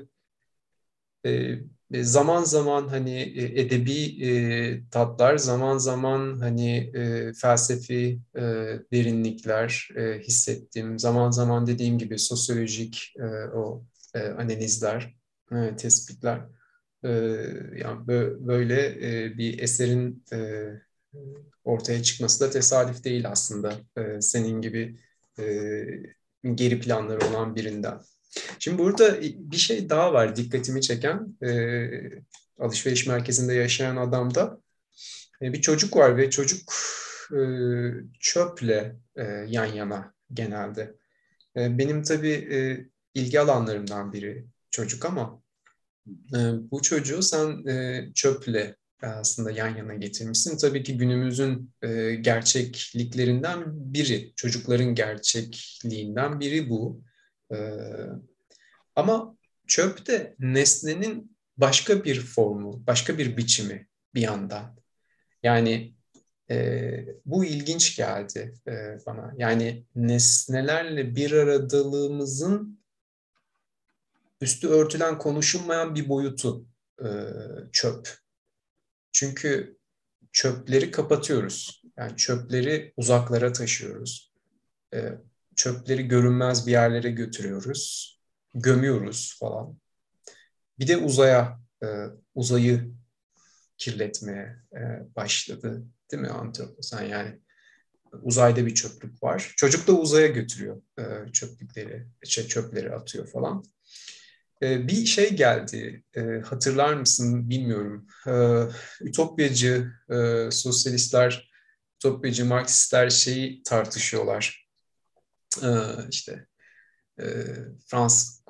zaman zaman hani edebi tatlar, zaman zaman hani felsefi derinlikler hissettim. Zaman zaman dediğim gibi sosyolojik o analizler, tespitler. E, Yani böyle bir eserin ortaya çıkması da tesadüf değil aslında. Senin gibi geri planları olan birinden. Şimdi burada bir şey daha var dikkatimi çeken. Alışveriş merkezinde yaşayan adamda bir çocuk var ve çocuk e, çöple yan yana genelde. Benim tabii ilgi alanlarımdan biri çocuk, ama bu çocuğu sen çöple aslında yan yana getirmişsin. Tabii ki günümüzün gerçekliklerinden biri, çocukların gerçekliğinden biri bu. E, Ama çöp de nesnenin başka bir formu, başka bir biçimi bir yandan. Yani bu ilginç geldi bana. Yani nesnelerle bir aradalığımızın üstü örtülen, konuşulmayan bir boyutu e, çöp. Çünkü çöpleri kapatıyoruz. Yani çöpleri uzaklara taşıyoruz. E, Çöpleri görünmez bir yerlere götürüyoruz. Gömüyoruz falan. Bir de uzayı kirletmeye başladı. Değil mi antroposen? Yani uzayda bir çöplük var. Çocuk da uzaya götürüyor çöplükleri, çöpleri atıyor falan. Bir şey geldi, hatırlar mısın bilmiyorum. Ütopyacı sosyalistler, ütopyacı Marksistler şeyi tartışıyorlar. İşte e, Fransız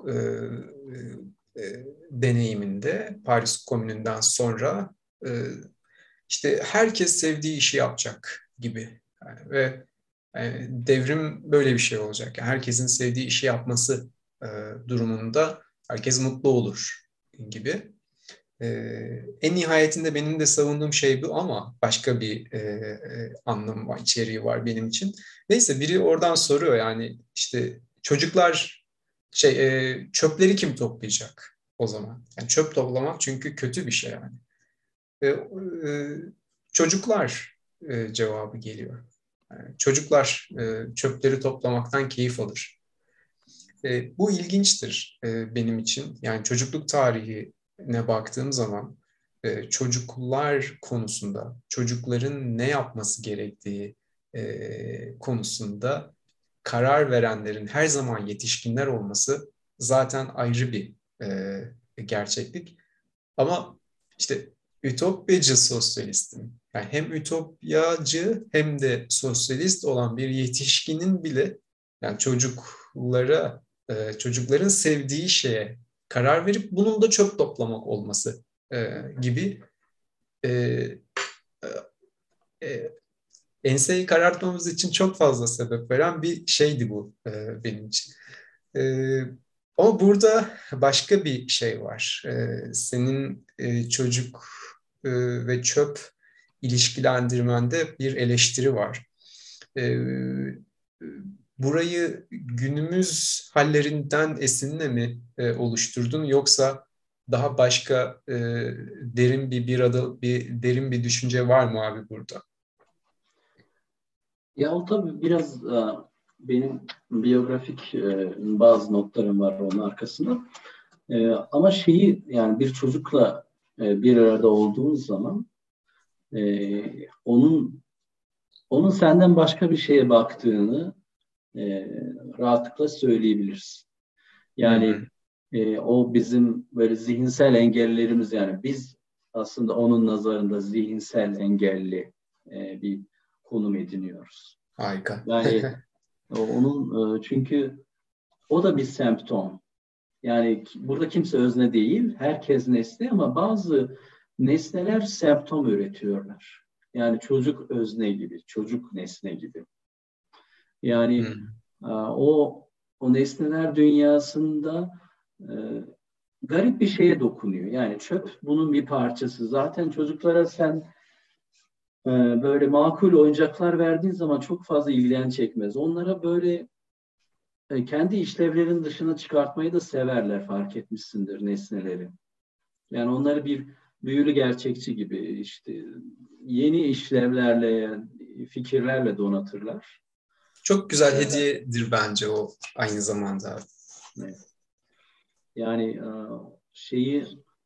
deneyiminde Paris Komünü'nden sonra e, işte herkes sevdiği işi yapacak gibi. Ve devrim böyle bir şey olacak. Yani herkesin sevdiği işi yapması e, durumunda herkes mutlu olur gibi. E, En nihayetinde benim de savunduğum şey bu, ama başka bir anlamı var, içeriği var benim için. Neyse, biri oradan soruyor, yani işte çocuklar çöpleri kim toplayacak o zaman? Yani çöp toplamak çünkü kötü bir şey yani. E, Çocuklar cevabı geliyor. Yani çocuklar çöpleri toplamaktan keyif alır. Bu ilginçtir benim için. Yani çocukluk tarihine baktığım zaman çocuklar konusunda, çocukların ne yapması gerektiği konusunda karar verenlerin her zaman yetişkinler olması zaten ayrı bir gerçeklik. Ama işte ütopyacı sosyalistin, yani hem ütopyacı hem de sosyalist olan bir yetişkinin bile, yani çocukların sevdiği şeye karar verip bunun da çöp toplamak olması gibi e, e, enseyi karartmamız için çok fazla sebep veren bir şeydi bu benim için. Ee, Ama burada başka bir şey var. Senin çocuk ve çöp ilişkilendirmende bir eleştiri var. Ee, burayı günümüz hallerinden esinle mi oluşturdun, yoksa daha başka derin bir düşünce var mı abi burada? Ya o tabii biraz benim biyografik bazı notlarım var onun arkasında. Ama şeyi yani bir çocukla bir arada olduğun zaman onun senden başka bir şeye baktığını e, rahatlıkla söyleyebiliriz. Hı Yani hı. o bizim böyle zihinsel engellerimiz, yani biz aslında onun nazarında zihinsel engelli bir konum ediniyoruz. Harika. Yani onun çünkü o da bir semptom. Yani burada kimse özne değil, herkes nesne ama bazı nesneler semptom üretiyorlar. Yani çocuk özne gibi, çocuk nesne gibi. Yani Hı. o nesneler dünyasında e, garip bir şeye dokunuyor. Yani çöp bunun bir parçası. Zaten çocuklara sen böyle makul oyuncaklar verdiğin zaman çok fazla ilgilen çekmez. Onlara böyle kendi işlevlerin dışına çıkartmayı da severler, fark etmişsindir nesneleri. Yani onları bir büyülü gerçekçi gibi işte yeni işlevlerle, fikirlerle donatırlar. Çok güzel Ee, hediyedir bence o, aynı zamanda. evet. Yani şeyi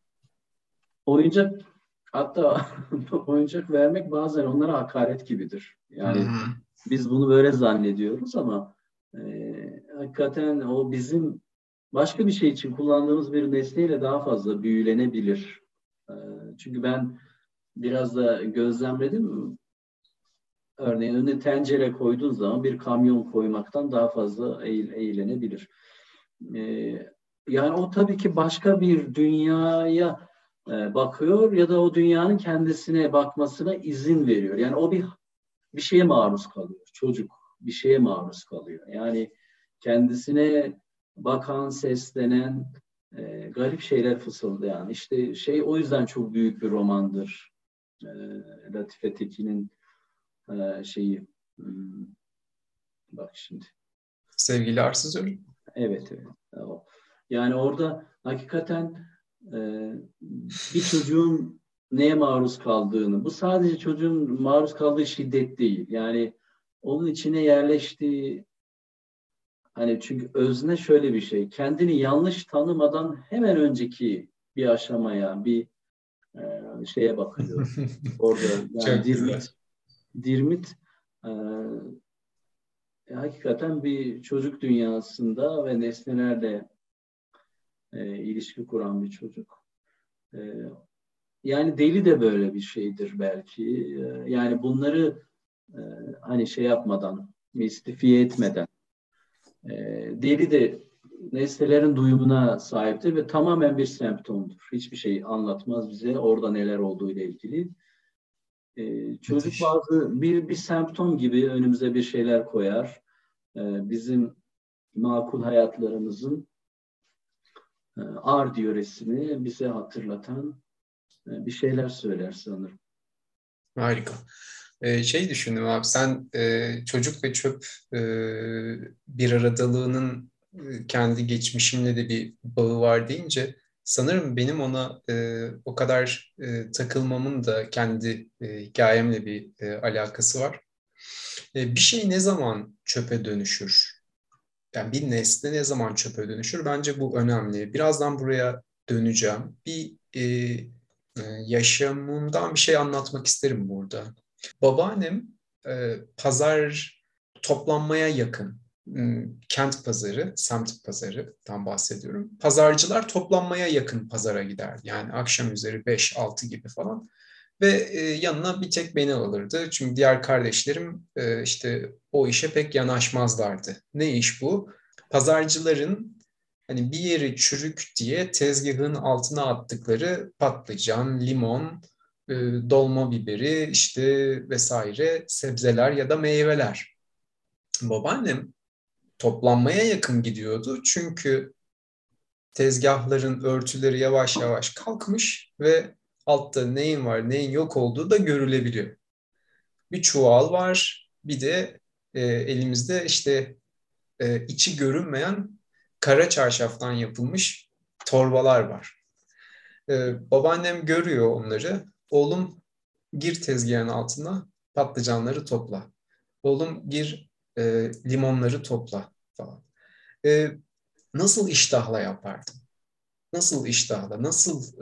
oyuncak, hatta oyuncak vermek bazen onlara hakaret gibidir. Hı Yani hı. biz bunu böyle zannediyoruz ama hakikaten o bizim başka bir şey için kullandığımız bir nesneyle daha fazla büyülenebilir. E, Çünkü ben biraz da gözlemledim. Örneğin önüne tencere koyduğun zaman bir kamyon koymaktan daha fazla eğlenebilir. Ee, Yani o tabii ki başka bir dünyaya bakıyor ya da o dünyanın kendisine bakmasına izin veriyor. Yani o bir şeye maruz kalıyor. Çocuk bir şeye maruz kalıyor. Yani kendisine bakan, seslenen, garip şeyler fısıldayan. İşte şey, o yüzden çok büyük bir romandır. E, Latife Tekin'in şeyi. Hmm, bak şimdi. Sevgili Arsız Ölüm. Evet, evet. Yani orada hakikaten e, bir çocuğun neye maruz kaldığını, bu sadece çocuğun maruz kaldığı şiddet değil. Yani onun içine yerleştiği, hani çünkü özne şöyle bir şey. Kendini yanlış tanımadan hemen önceki bir aşamaya, bir şeye bakıyor. Orada yani Çok güzel. Dirmit hakikaten bir çocuk dünyasında ve nesnelerle ilişki kuran bir çocuk. E, Yani deli de böyle bir şeydir belki. Yani bunları e, hani şey yapmadan, mistifiye etmeden, e, deli de nesnelerin duyumuna sahiptir ve tamamen bir semptomdur. Hiçbir şey anlatmaz bize orada neler olduğu ile ilgili. Çocuk Müthiş. bir semptom gibi önümüze bir şeyler koyar. Bizim makul hayatlarımızın ard yöresini bize hatırlatan bir şeyler söyler sanırım. Harika. Şey düşündüm abi, sen çocuk ve çöp bir aradalığının kendi geçmişimle de bir bağı var deyince, sanırım benim ona o kadar takılmamın da kendi hikayemle bir alakası var. Bir şey ne zaman çöpe dönüşür? Yani bir nesne ne zaman çöpe dönüşür? Bence bu önemli. Birazdan buraya döneceğim. Yaşamımdan bir şey anlatmak isterim burada. Babaannem pazar toplanmaya yakın, kent pazarı, semt pazarıdan bahsediyorum. Pazarcılar toplanmaya yakın pazara gider. Yani akşam üzeri 5-6 gibi falan. Ve yanına bir tek beni alırdı. Çünkü diğer kardeşlerim işte o işe pek yanaşmazlardı. Ne iş bu? Pazarcıların hani bir yeri çürük diye tezgahın altına attıkları patlıcan, limon, e, dolma biberi işte vesaire sebzeler ya da meyveler. Babaannem toplanmaya yakın gidiyordu. Çünkü tezgahların örtüleri yavaş yavaş kalkmış ve altta neyin var neyin yok olduğu da görülebiliyor. Bir çuval var, bir de elimizde işte içi görünmeyen kara çarşaftan yapılmış torbalar var. Babaannem görüyor onları. Oğlum gir tezgahın altına, patlıcanları topla. Oğlum gir limonları topla falan. E, Nasıl iştahla yapardım? Nasıl iştahla, nasıl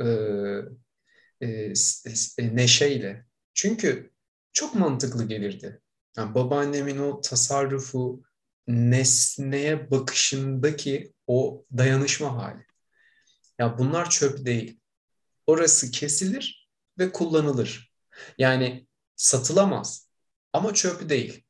neşeyle? Çünkü çok mantıklı gelirdi. Yani babaannemin o tasarrufu, nesneye bakışındaki o dayanışma hali. Ya bunlar çöp değil. Orası kesilir ve kullanılır. Yani satılamaz ama çöp değil.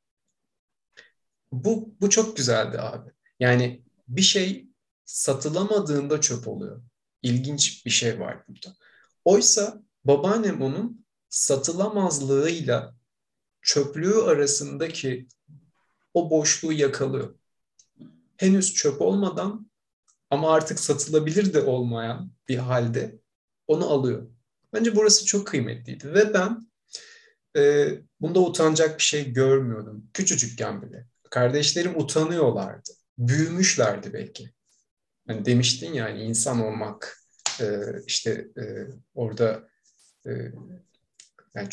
Bu çok güzeldi abi. Yani bir şey satılamadığında çöp oluyor. İlginç bir şey var burada. Oysa babaannem onun satılamazlığıyla çöplüğü arasındaki o boşluğu yakalıyor. Henüz çöp olmadan ama artık satılabilir de olmayan bir halde onu alıyor. Bence burası çok kıymetliydi ve ben bunda utanacak bir şey görmüyordum. Küçücükken bile. Kardeşlerim utanıyorlardı. Büyümüşlerdi belki. Hani demiştin ya hani insan olmak işte orada e, yani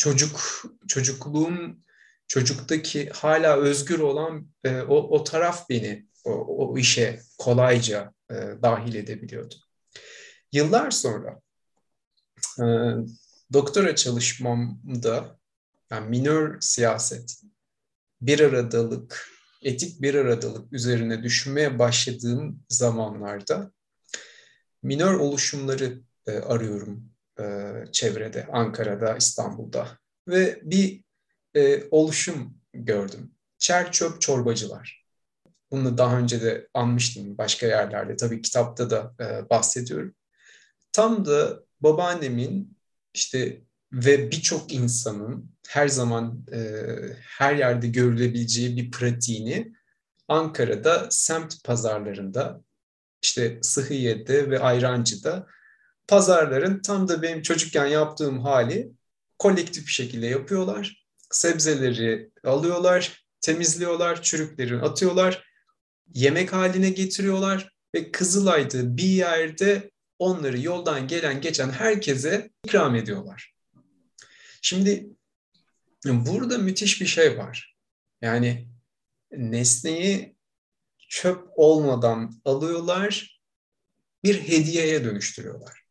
çocuktaki hala özgür olan o taraf beni o işe kolayca dahil edebiliyordu. Yıllar sonra e, doktora çalışmamda yani minör siyaset, bir aradalık, etik bir aradalık üzerine düşünmeye başladığım zamanlarda minör oluşumları arıyorum çevrede, Ankara'da, İstanbul'da. Ve bir oluşum gördüm. Çer çöp çorbacılar. Bunu daha önce de anmıştım başka yerlerde. Tabii kitapta da bahsediyorum. Tam da babaannemin işte ve birçok insanın her zaman her yerde görülebileceği bir pratiğini Ankara'da semt pazarlarında işte Sıhhiye'de ve Ayrancı'da pazarların tam da benim çocukken yaptığım hali kolektif bir şekilde yapıyorlar. Sebzeleri alıyorlar, temizliyorlar, çürüklerini atıyorlar, yemek haline getiriyorlar ve Kızılay'da bir yerde onları yoldan gelen geçen herkese ikram ediyorlar. Şimdi burada müthiş bir şey var. Yani nesneyi çöp olmadan alıyorlar, bir hediyeye dönüştürüyorlar.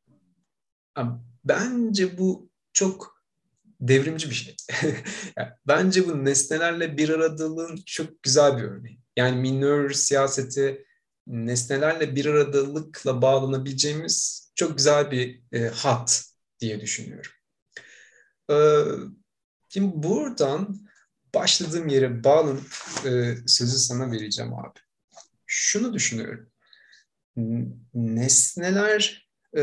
Bence bu çok devrimci bir şey. Yani bence bu nesnelerle bir aradalığın çok güzel bir örneği. Yani minör siyaseti nesnelerle bir aradalıkla bağlanabileceğimiz çok güzel bir hat diye düşünüyorum. Ee, Şimdi buradan başladığım yere bağlanıp sözü sana vereceğim abi. Şunu düşünüyorum. Nesneler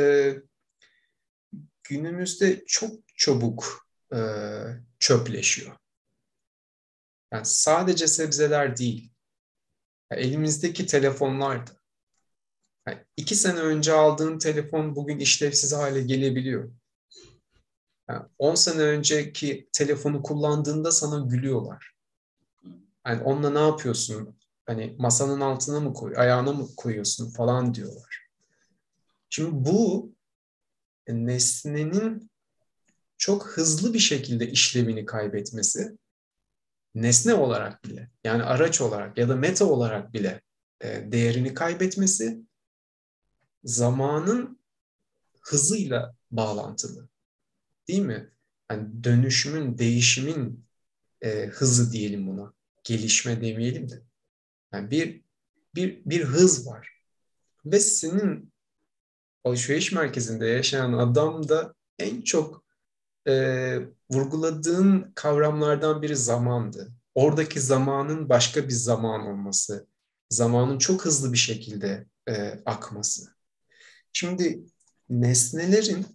günümüzde çok çabuk çöpleşiyor. Yani sadece sebzeler değil. Yani elimizdeki telefonlar da. Yani 2 sene önce aldığın telefon bugün işlevsiz hale gelebiliyor. Yani 10 sene önceki telefonu kullandığında sana gülüyorlar. Yani onunla ne yapıyorsun? Hani masanın altına mı ayağına mı koyuyorsun falan diyorlar. Şimdi bu nesnenin çok hızlı bir şekilde işlevini kaybetmesi, nesne olarak bile, yani araç olarak ya da meta olarak bile değerini kaybetmesi zamanın hızıyla bağlantılı, değil mi? Yani dönüşümün, değişimin hızı diyelim buna. Gelişme demeyelim de. Yani bir hız var. Ve senin alışveriş merkezinde yaşayan adam da en çok vurguladığın kavramlardan biri zamandı. Oradaki zamanın başka bir zaman olması, zamanın çok hızlı bir şekilde akması. Şimdi nesnelerin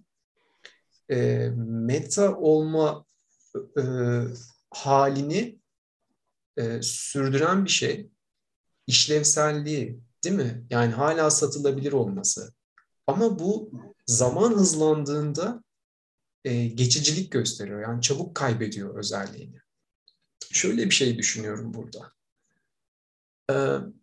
meta olma e, halini sürdüren bir şey, işlevselliği, değil mi? Yani hala satılabilir olması. Ama bu zaman hızlandığında geçicilik gösteriyor. Yani çabuk kaybediyor özelliğini. Şöyle bir şey düşünüyorum burada. Ee,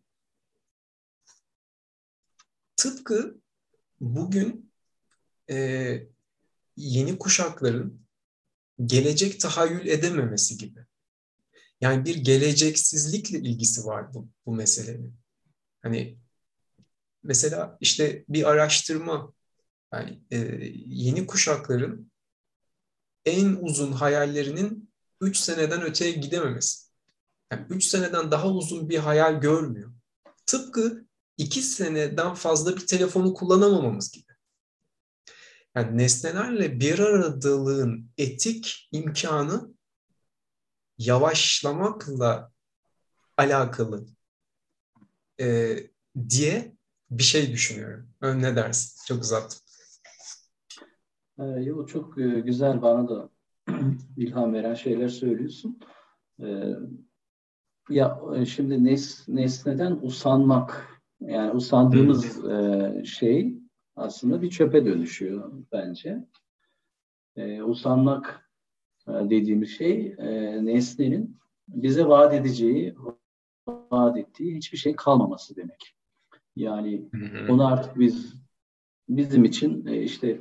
tıpkı bugün e, yeni kuşakların gelecek tahayyül edememesi gibi. Yani bir geleceksizlikle ilgisi var bu meselenin. Hani mesela işte bir araştırma, yani yeni kuşakların en uzun hayallerinin 3 seneden öteye gidememesi. Yani 3 seneden daha uzun bir hayal görmüyor. Tıpkı 2 seneden fazla bir telefonu kullanamamamız gibi. Yani nesnelerle bir aradalığın etik imkanı yavaşlamakla alakalı e, diye bir şey düşünüyorum. Ne dersin? Çok uzattım. Yo, çok güzel, bana da ilham veren şeyler söylüyorsun. E, şimdi nesneden usanmak, yani Hmm. usandığımız şey aslında bir çöpe dönüşüyor bence. Usanmak dediğimiz şey nesnenin bize vaat ettiği hiçbir şey kalmaması demek. Yani Hı hı. onu artık bizim için işte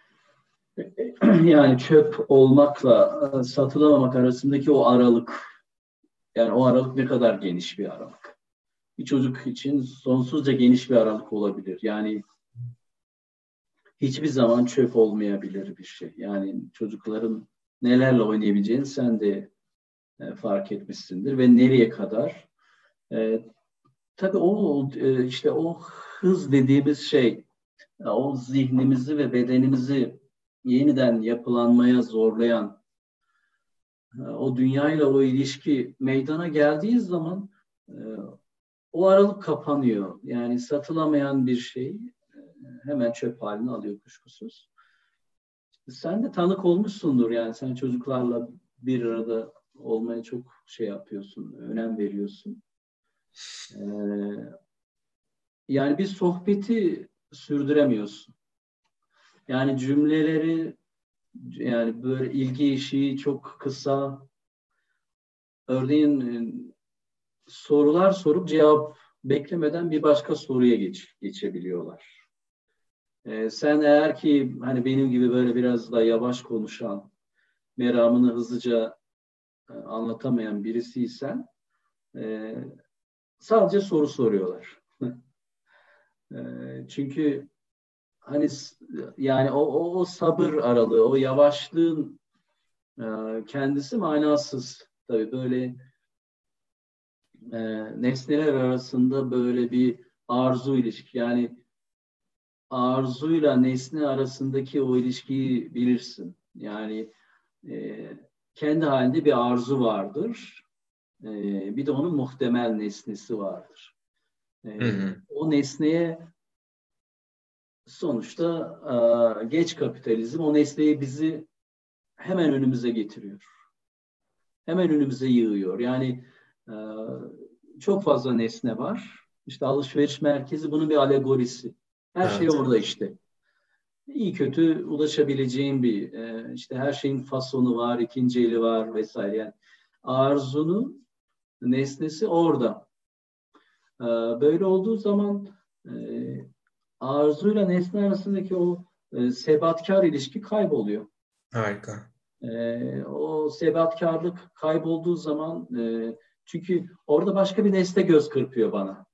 yani çöp olmakla satılamamak arasındaki o aralık, yani o aralık ne kadar geniş bir aralık. Bir çocuk için sonsuzca geniş bir aralık olabilir. Yani hiçbir zaman çöp olmayabilir bir şey. Yani çocukların nelerle oynayabileceğini sen de fark etmişsindir ve nereye kadar. E, tabii işte o hız dediğimiz şey, o zihnimizi ve bedenimizi yeniden yapılanmaya zorlayan o dünyayla o ilişki meydana geldiği zaman e, o aralık kapanıyor. Yani satılamayan bir şey hemen çöp halini alıyor kuşkusuz. Sen de tanık olmuşsundur, yani sen çocuklarla bir arada olmaya çok şey yapıyorsun, önem veriyorsun. Yani bir sohbeti sürdüremiyorsun. Yani cümleleri, yani böyle ilgi işi çok kısa. Örneğin sorular sorup cevap beklemeden bir başka soruya geçebiliyorlar. Sen eğer ki hani benim gibi böyle biraz da yavaş konuşan, meramını hızlıca anlatamayan birisiysen e, sadece soru soruyorlar. Çünkü hani yani o sabır aralığı, o yavaşlığın kendisi manasız. Tabii böyle e, nesneler arasında böyle bir arzu ilişki, yani arzuyla nesne arasındaki o ilişkiyi bilirsin. Yani e, kendi halinde bir arzu vardır. Bir de onun muhtemel nesnesi vardır. Hı hı. O nesneye sonuçta geç kapitalizm o nesneyi bizi hemen önümüze getiriyor. Hemen önümüze yığıyor. Yani e, çok fazla nesne var. İşte alışveriş merkezi bunun bir alegorisi. Her şey Evet. orada işte. İyi kötü ulaşabileceğin bir işte her şeyin fasonu var, ikinci eli var vesaire. Yani arzunun nesnesi orada. Böyle olduğu zaman e, arzuyla nesne arasındaki o sebatkar ilişki kayboluyor. Harika. O sebatkarlık kaybolduğu zaman çünkü orada başka bir nesne göz kırpıyor bana.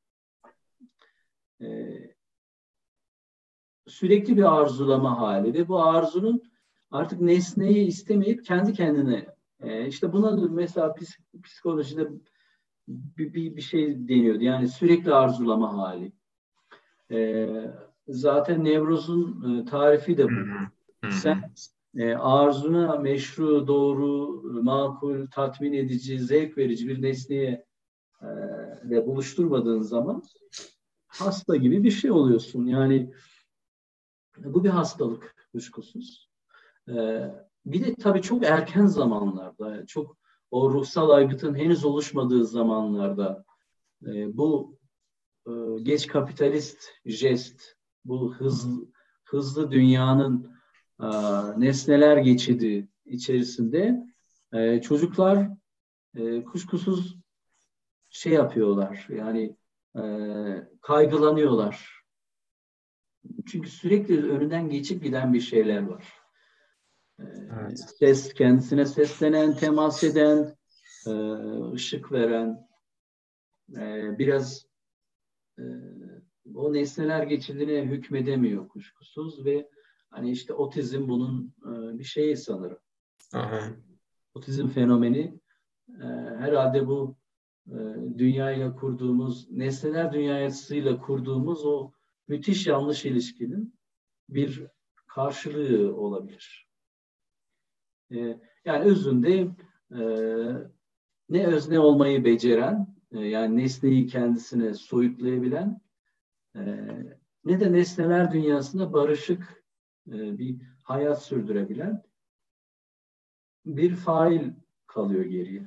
E, Sürekli bir arzulama hali ve bu arzunun artık nesneyi istemeyip kendi kendine işte buna mesela psikolojide bir şey deniyordu. Yani sürekli arzulama hali. E, Zaten Nevroz'un tarifi Hı de bu. hı. Hı Sen hı. arzuna meşru, doğru, makul, tatmin edici, zevk verici bir nesneye e, ve buluşturmadığın zaman hasta gibi bir şey oluyorsun. Yani bu bir hastalık kuşkusuz. Bir de tabii çok erken zamanlarda, çok o ruhsal aygıtın henüz oluşmadığı zamanlarda bu geç kapitalist jest, bu hızlı dünyanın e, nesneler geçidi içerisinde çocuklar kuşkusuz şey yapıyorlar. Yani kaygılanıyorlar. Çünkü sürekli önünden geçip giden bir şeyler var. E, Evet. kendisine seslenen, temas eden, e, ışık veren, biraz e, o nesneler geçidine hükmedemiyor kuşkusuz ve hani işte otizm bunun bir şeyi sanırım. Aha. Otizm fenomeni herhalde bu e, dünyayla kurduğumuz, nesneler dünyasıyla kurduğumuz o müthiş yanlış ilişkinin bir karşılığı olabilir. Yani özünde e, ne özne olmayı beceren, yani nesneyi kendisine soyutlayabilen, e, ne de nesneler dünyasında barışık bir hayat sürdürebilen bir fail kalıyor geriye.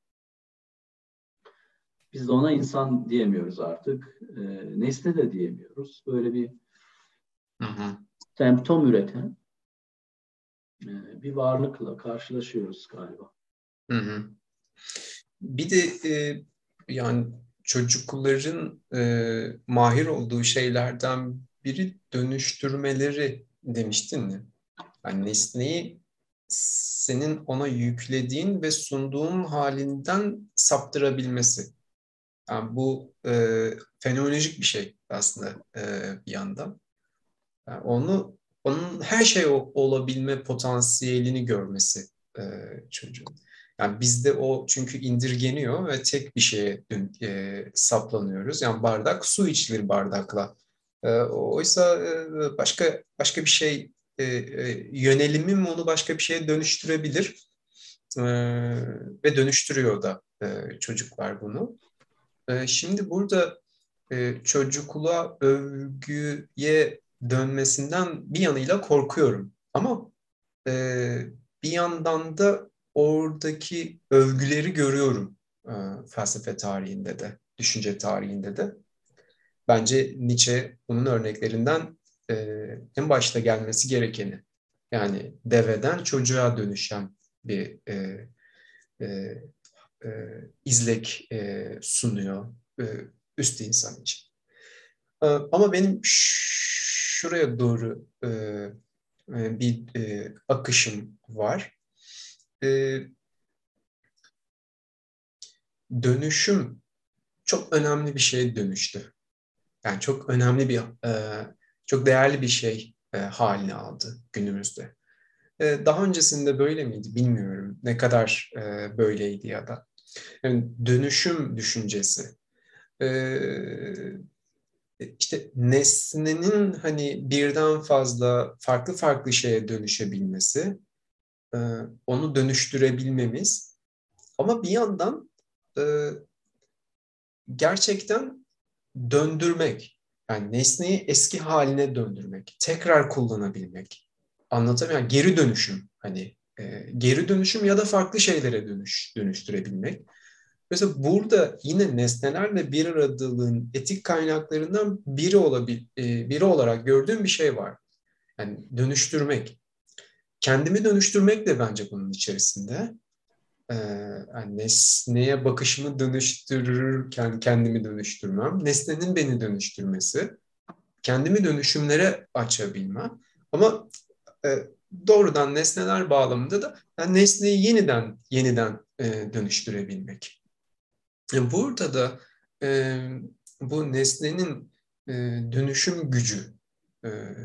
Biz de ona insan diyemiyoruz artık. Nesne de diyemiyoruz. Böyle bir Hı hı. semptom üreten bir varlıkla karşılaşıyoruz galiba. Hı hı. Bir de yani çocukların mahir olduğu şeylerden biri dönüştürmeleri demiştin mi? Yani nesneyi senin ona yüklediğin ve sunduğun halinden saptırabilmesi. Yani bu fenomenolojik bir şey aslında bir yandan. Yani onun her şey olabilme potansiyelini görmesi e, çocuğun. Yani bizde o çünkü indirgeniyor ve tek bir şeye saplanıyoruz. Yani bardak su içilir bardakla. Oysa başka bir şey yönelimim onu başka bir şeye dönüştürebilir. E, Ve dönüştürüyor da çocuklar bunu. Şimdi burada çocukluğa övgüye dönmesinden bir yanıyla korkuyorum. Ama e, bir yandan da oradaki övgüleri görüyorum e, felsefe tarihinde de, düşünce tarihinde de. Bence Nietzsche bunun örneklerinden e, en başta gelmesi gerekeni. Yani deveden çocuğa dönüşen bir e, e, izlek sunuyor üst insan için. Ama benim şuraya doğru bir akışım var. E, Dönüşüm çok önemli bir şeye dönüştü. Yani çok önemli çok değerli bir şey haline aldı günümüzde. Daha öncesinde böyle miydi bilmiyorum. Ne kadar böyleydi ya da. Yani dönüşüm düşüncesi. E, işte nesnenin hani birden fazla farklı farklı şeye dönüşebilmesi, e, onu dönüştürebilmemiz ama bir yandan e, gerçekten döndürmek, yani nesneyi eski haline döndürmek, tekrar kullanabilmek. Anlatamıyorum. Yani geri dönüşüm hani geri dönüşüm ya da farklı şeylere dönüştürebilmek. Mesela burada yine nesnelerle bir aradılığın etik kaynaklarından biri olarak gördüğüm bir şey var. Yani dönüştürmek. Kendimi dönüştürmek de bence bunun içerisinde. Ee, Yani nesneye bakışımı dönüştürürken kendimi dönüştürmem. Nesnenin beni dönüştürmesi. Kendimi dönüşümlere açabilmem. Ama e, doğrudan nesneler bağlamında da yani nesneyi yeniden dönüştürebilmek. Burada da e, bu nesnenin e, dönüşüm gücü e,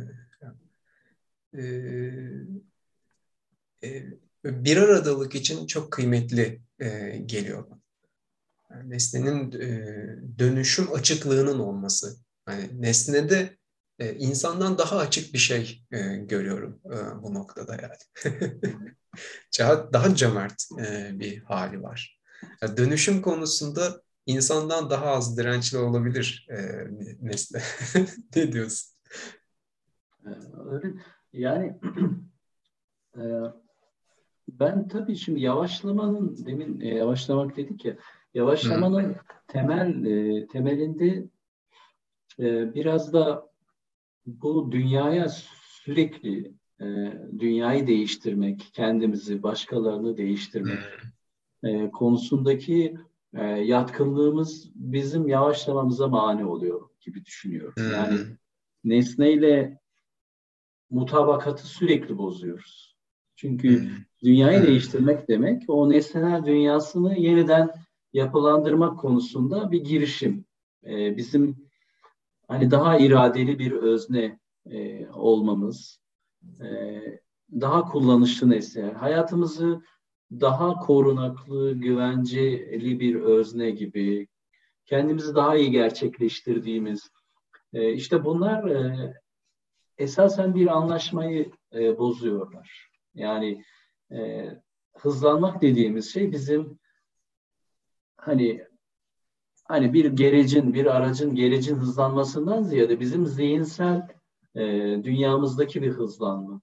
e, bir aradalık için çok kıymetli geliyor. Yani nesnenin dönüşüm açıklığının olması. Yani nesnede insandan daha açık bir şey görüyorum bu noktada yani. Daha cömert bir hali var. Yani dönüşüm konusunda insandan daha az dirençli olabilir nesne. Ne diyorsun? Öyle. Yani e, ben tabii şimdi yavaşlamanın demin yavaşlamak dedik ya, Hı yavaşlamanın temelinde biraz da bu dünyaya sürekli dünyayı değiştirmek, kendimizi, başkalarını değiştirmek konusundaki yatkınlığımız bizim yavaşlamamıza mani oluyor gibi düşünüyorum. Yani Hmm. nesneyle mutabakatı sürekli bozuyoruz. Çünkü Hmm. dünyayı Hmm. değiştirmek demek, o nesneler dünyasını yeniden yapılandırmak konusunda bir girişim. Bizim hani daha iradeli bir özne olmamız, e, daha kullanışlı nesneler, hayatımızı daha korunaklı, güvenceli bir özne gibi, kendimizi daha iyi gerçekleştirdiğimiz, işte bunlar esasen bir anlaşmayı bozuyorlar. Yani e, hızlanmak dediğimiz şey bizim hani bir gerecin, bir aracın gerecin hızlanmasından ziyade bizim zihinsel e, dünyamızdaki bir hızlanma.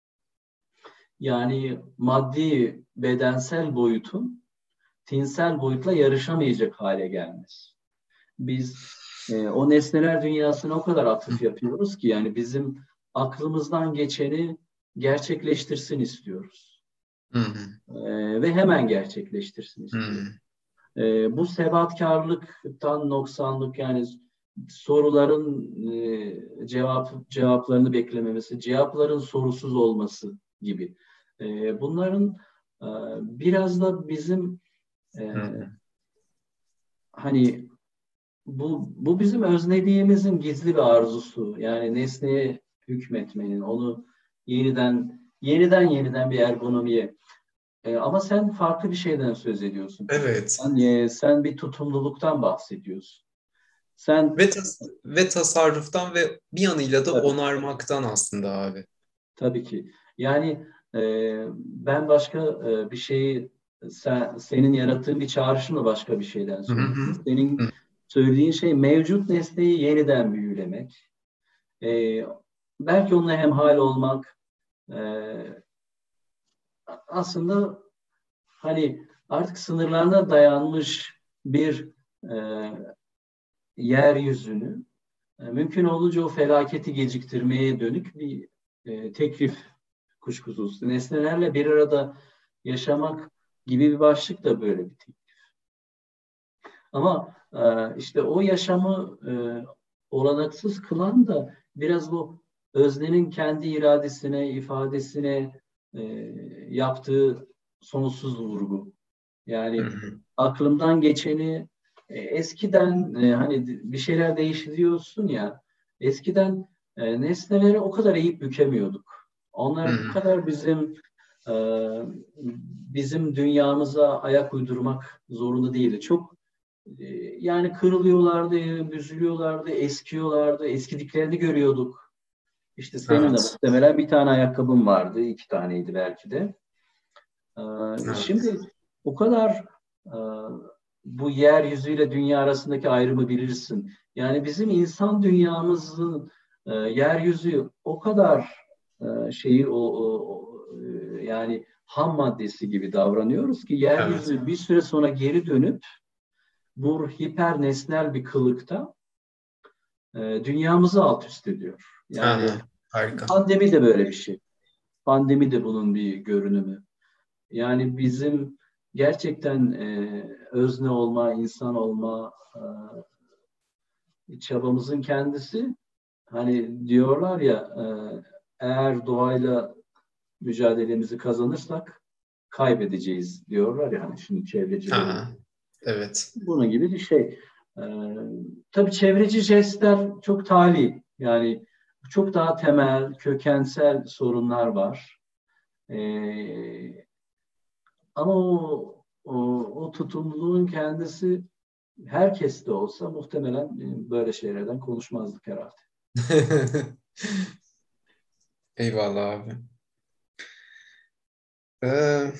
Yani maddi, bedensel boyutun tinsel boyutla yarışamayacak hale gelmesi. Biz o nesneler dünyasına o kadar atıf yapıyoruz ki yani bizim aklımızdan geçeni gerçekleştirsin istiyoruz. Hmm. Ve hemen gerçekleştirsin istiyoruz. Hmm. Bu sebatkarlıktan noksanlık yani soruların cevaplarını beklememesi, cevapların sorusuz olması gibi. Bunların biraz da bizim e, Hmm. hani bu bizim özlediğimizin gizli bir arzusu. Yani nesneye hükmetmenin, onu yeniden bir ergonomiye. Ama sen farklı bir şeyden söz ediyorsun. Evet. Sen bir tutumluluktan bahsediyorsun. Sen Ve tasarruftan ve bir yanıyla da tabii, onarmaktan aslında abi. tabii ki. Yani ben başka bir şeyi senin yarattığın bir çağrışımla başka bir şeyden Hı söyleyeyim. hı. Senin Hı söylediğin şey mevcut nesneyi yeniden büyülemek. E, Belki onunla hemhal olmak. E, Aslında hani artık sınırlarına dayanmış bir e, yeryüzünü mümkün olunca o felaketi geciktirmeye dönük bir teklif kuşkusuz. Nesnelerle bir arada yaşamak gibi bir başlık da böyle bir teklif. Ama işte o yaşamı olanaksız kılan da biraz bu öznenin kendi iradesine, ifadesine e, yaptığı sonsuz vurgu. Yani hı. aklımdan geçeni eskiden hani bir şeyler değiştiriyorsun ya eskiden nesneleri o kadar eğip bükemiyorduk. Hı Onlar bu hı. kadar e, bizim dünyamıza ayak uydurmak zorunda değildi. Çok e, yani kırılıyorlardı, büzülüyorlardı, eskiyorlardı, eskidiklerini görüyorduk. İşte senin de Evet. muhtemelen bir tane ayakkabın vardı, iki taneydi belki de. Evet. Şimdi o kadar e, bu yeryüzüyle dünya arasındaki ayrımı bilirsin. Yani bizim insan dünyamızın yeryüzü o kadar yani ham maddesi gibi davranıyoruz ki Evet. yeryüzü bir süre sonra geri dönüp bu hiper nesnel bir kılıkta dünyamızı alt üst ediyor. Yani Aha, harika. pandemi de böyle bir şey. Pandemi de bunun bir görünümü. Yani bizim gerçekten özne olma, insan olma çabamızın kendisi hani diyorlar ya eğer doğayla mücadelemizi kazanırsak kaybedeceğiz diyorlar ya hani şimdi çevreciler olur. Aha, evet. Bunun gibi bir şey. E, tabii çevreci jestler çok tali. Yani çok daha temel, kökensel sorunlar var. E, Ama o tutumluluğun kendisi herkeste olsa muhtemelen böyle şeylerden konuşmazdık herhalde. Eyvallah abi. Ee,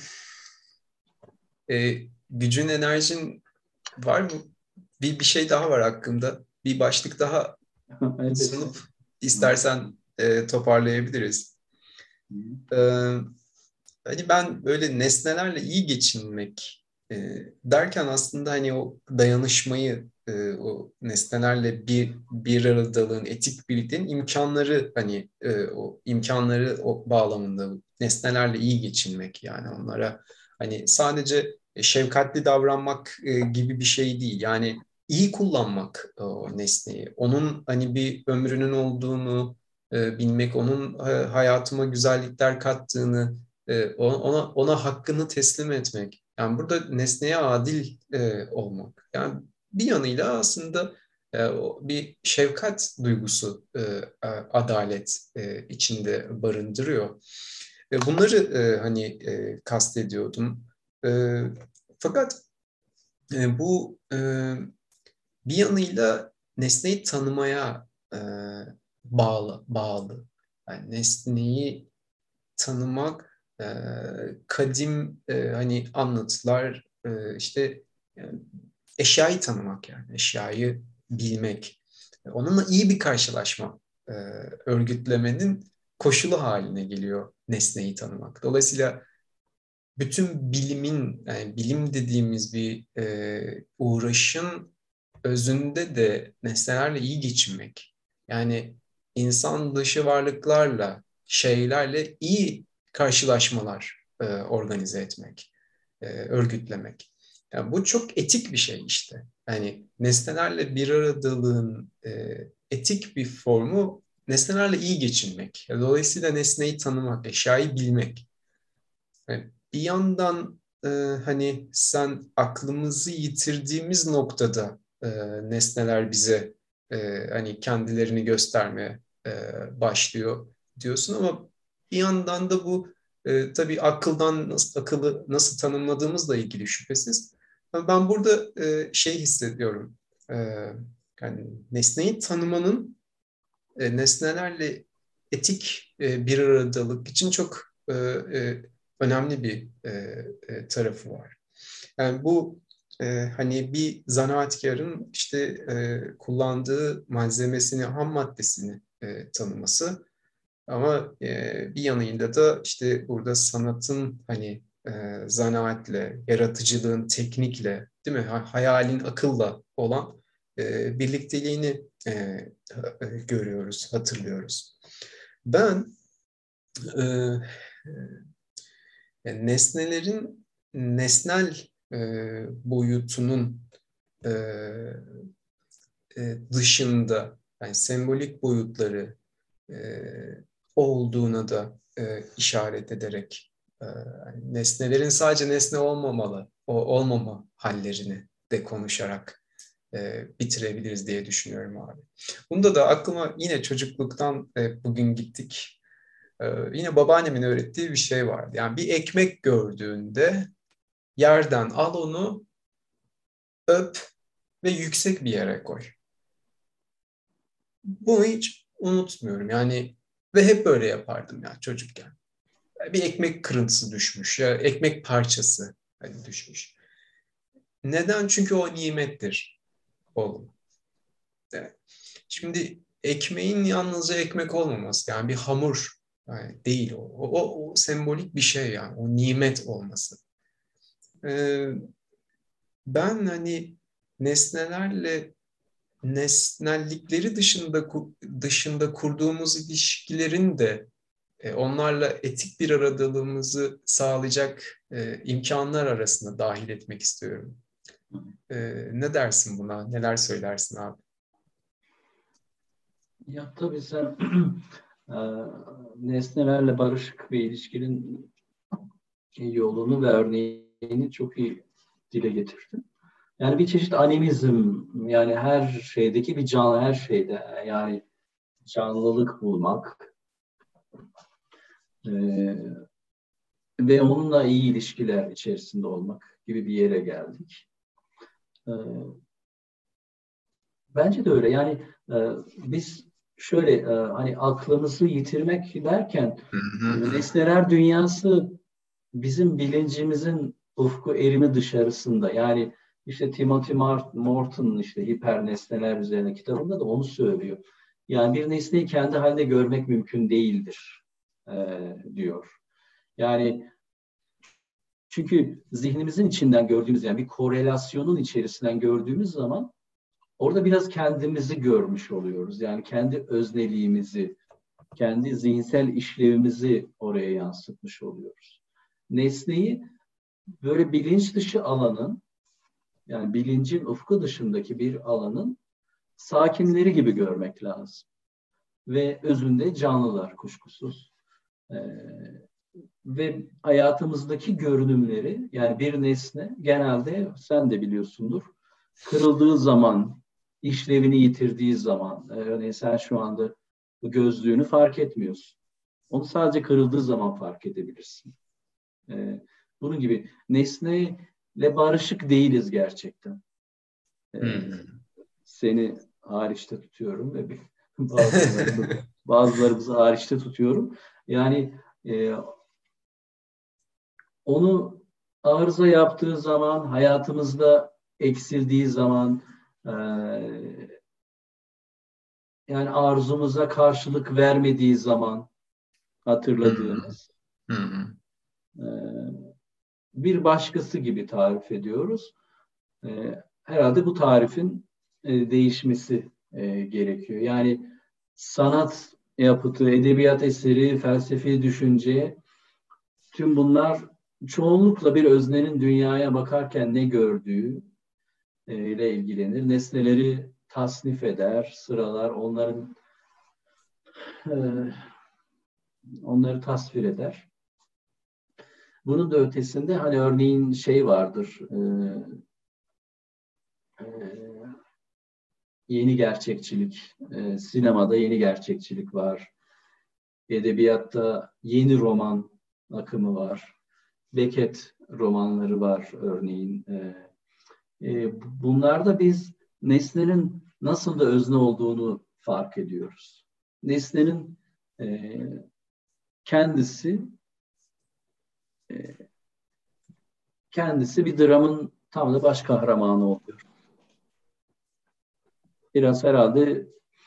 gücün, enerjin var mı? Bir şey daha var hakkında. Bir başlık daha Elbette. sunup istersen toparlayabiliriz. Ee, Hani ben böyle nesnelerle iyi geçinmek derken aslında hani o dayanışmayı, o nesnelerle bir aradalığın, etik birliklerin imkanları hani o imkanları o bağlamında nesnelerle iyi geçinmek yani onlara hani sadece şefkatli davranmak gibi bir şey değil. Yani iyi kullanmak o nesneyi. Onun hani bir ömrünün olduğunu bilmek, onun hayatıma güzellikler kattığını, ona hakkını teslim etmek. Yani burada nesneye adil olmak. Yani bir yanıyla aslında bir şefkat duygusu adalet içinde barındırıyor. Bunları hani kastediyordum. E, Fakat bu bir yanıyla nesneyi tanımaya bağlı. Yani nesneyi tanımak, kadim hani anlatılar, işte yani eşyayı tanımak, yani eşyayı bilmek. Onunla iyi bir karşılaşma e, örgütlemenin koşulu haline geliyor nesneyi tanımak. Dolayısıyla bütün bilimin, yani bilim dediğimiz bir uğraşın özünde de nesnelerle iyi geçinmek. Yani insan dışı varlıklarla, şeylerle iyi karşılaşmalar organize etmek, örgütlemek. Yani bu çok etik bir şey işte. Yani nesnelerle bir aradalığın etik bir formu nesnelerle iyi geçinmek. Dolayısıyla nesneyi tanımak, eşyayı bilmek. Yani bir yandan hani sen aklımızı yitirdiğimiz noktada nesneler bize hani kendilerini göstermeye başlıyor diyorsun, ama bir yandan da bu tabii akıllı nasıl tanımladığımızla ilgili şüphesiz. Ama ben burada şey hissediyorum. E, Yani nesneyi tanımanın nesnelerle etik bir aradalık için çok önemli bir tarafı var. Yani bu hani bir zanaatkarın işte kullandığı malzemesini, ham maddesini tanıması, ama bir yanıyla da işte burada sanatın hani zanaatle, yaratıcılığın teknikle, değil mi? Hayalin akılla olan birlikteliğini görüyoruz, hatırlıyoruz. Ben e, yani nesnelerin nesnel boyutunun e, dışında, yani sembolik boyutları e, olduğuna da işaret ederek yani nesnelerin sadece nesne olmama hallerini de konuşarak bitirebiliriz diye düşünüyorum abi. Bunda da aklıma yine çocukluktan bugün gittik. Yine babaannemin öğrettiği bir şey vardı. Yani bir ekmek gördüğünde yerden al onu, öp ve yüksek bir yere koy. Bunu hiç unutmuyorum. Yani ve hep böyle yapardım ya çocukken. Bir ekmek kırıntısı düşmüş ya ekmek parçası hani düşmüş. Neden? Çünkü o nimettir oğlum. Evet. Şimdi ekmeğin yalnızca ekmek olmaması, yani bir hamur yani değil o. O sembolik bir şey, yani o nimet olması. Ee, Ben hani nesnelerle nesnellikleri dışında kurduğumuz ilişkilerin de onlarla etik bir aradalığımızı sağlayacak imkanlar arasında dahil etmek istiyorum. Ne dersin buna? Neler söylersin abi? Ya tabii sen e, nesnelerle barışık bir ilişkinin yolunu ve örneğini çok iyi dile getirdin. Yani bir çeşit animizm, yani her şeydeki bir canlı, her şeyde yani canlılık bulmak e, ve onunla iyi ilişkiler içerisinde olmak gibi bir yere geldik. E, Bence de öyle. Yani biz şöyle hani aklımızı yitirmek derken Hı hı. nesneler dünyası bizim bilincimizin ufku erimi dışarısında. Yani işte Timothy Morton'un işte hiper nesneler üzerine kitabında da onu söylüyor. Yani bir nesneyi kendi halinde görmek mümkün değildir diyor. Yani çünkü zihnimizin içinden gördüğümüz, yani bir korelasyonun içerisinden gördüğümüz zaman orada biraz kendimizi görmüş oluyoruz. Yani kendi özneliğimizi, kendi zihinsel işlevimizi oraya yansıtmış oluyoruz. Nesneyi böyle bilinç dışı alanın, yani bilincin ufku dışındaki bir alanın sakinleri gibi görmek lazım. Ve özünde canlılar kuşkusuz. Ee, ve hayatımızdaki görünümleri, yani bir nesne genelde sen de biliyorsundur, kırıldığı zaman, işlevini yitirdiği zaman, örneğin sen şu anda bu gözlüğünü fark etmiyorsun. Onu sadece kırıldığı zaman fark edebilirsin. Bunun gibi nesneyle barışık değiliz gerçekten. Hmm. Seni hariçte tutuyorum ve bazılarımızı hariçte tutuyorum. Yani onu arıza yaptığı zaman, hayatımızda eksildiği zaman, e, yani arzumuza karşılık vermediği zaman Hmm. hatırladığımız Hmm. e, bir başkası gibi tarif ediyoruz. Herhalde bu tarifin değişmesi gerekiyor. Yani sanat yapıtı, edebiyat eseri, felsefi düşünce, tüm bunlar çoğunlukla bir öznenin dünyaya bakarken ne gördüğü ile ilgilenir. Nesneleri tasnif eder, sıralar, e, onları tasvir eder. Bunun da ötesinde hani örneğin şey vardır, e, yeni gerçekçilik, sinemada yeni gerçekçilik var. Edebiyatta yeni roman akımı var. Beckett romanları var örneğin. Bunlarda biz nesnenin nasıl da özne olduğunu fark ediyoruz. Nesnenin e, kendisi e, kendisi bir dramın tam da baş kahramanı oluyor. Biraz herhalde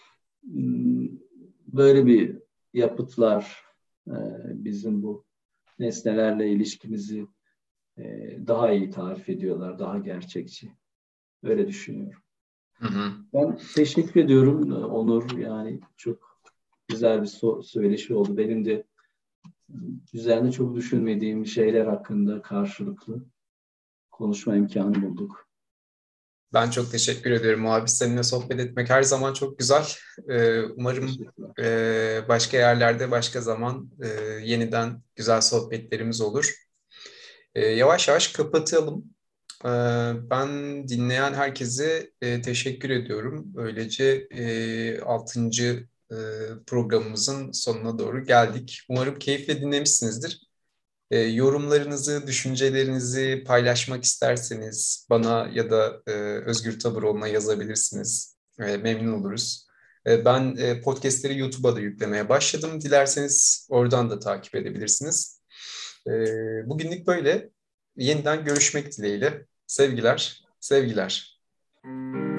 böyle bir yapıtlar bizim bu nesnelerle ilişkimizi daha iyi tarif ediyorlar, daha gerçekçi. Öyle düşünüyorum. Hı hı. Ben teşekkür ediyorum Onur. Yani çok güzel bir söyleşi oldu. Benim de üzerine çok düşünmediğim şeyler hakkında karşılıklı konuşma imkanı bulduk. Ben çok teşekkür ediyorum abi. Seninle sohbet etmek her zaman çok güzel. Umarım Teşekkürler. başka yerlerde, başka zaman yeniden güzel sohbetlerimiz olur. Yavaş yavaş kapatalım. Ee, Ben dinleyen herkese teşekkür ediyorum. Böylece 6. programımızın sonuna doğru geldik. Umarım keyifle dinlemişsinizdir. Yorumlarınızı, düşüncelerinizi paylaşmak isterseniz bana ya da Özgür Taburoğlu'na yazabilirsiniz. Memnun oluruz. Ben podcastleri YouTube'a da yüklemeye başladım. Dilerseniz oradan da takip edebilirsiniz. Bugünlük böyle. Yeniden görüşmek dileğiyle. Sevgiler, sevgiler.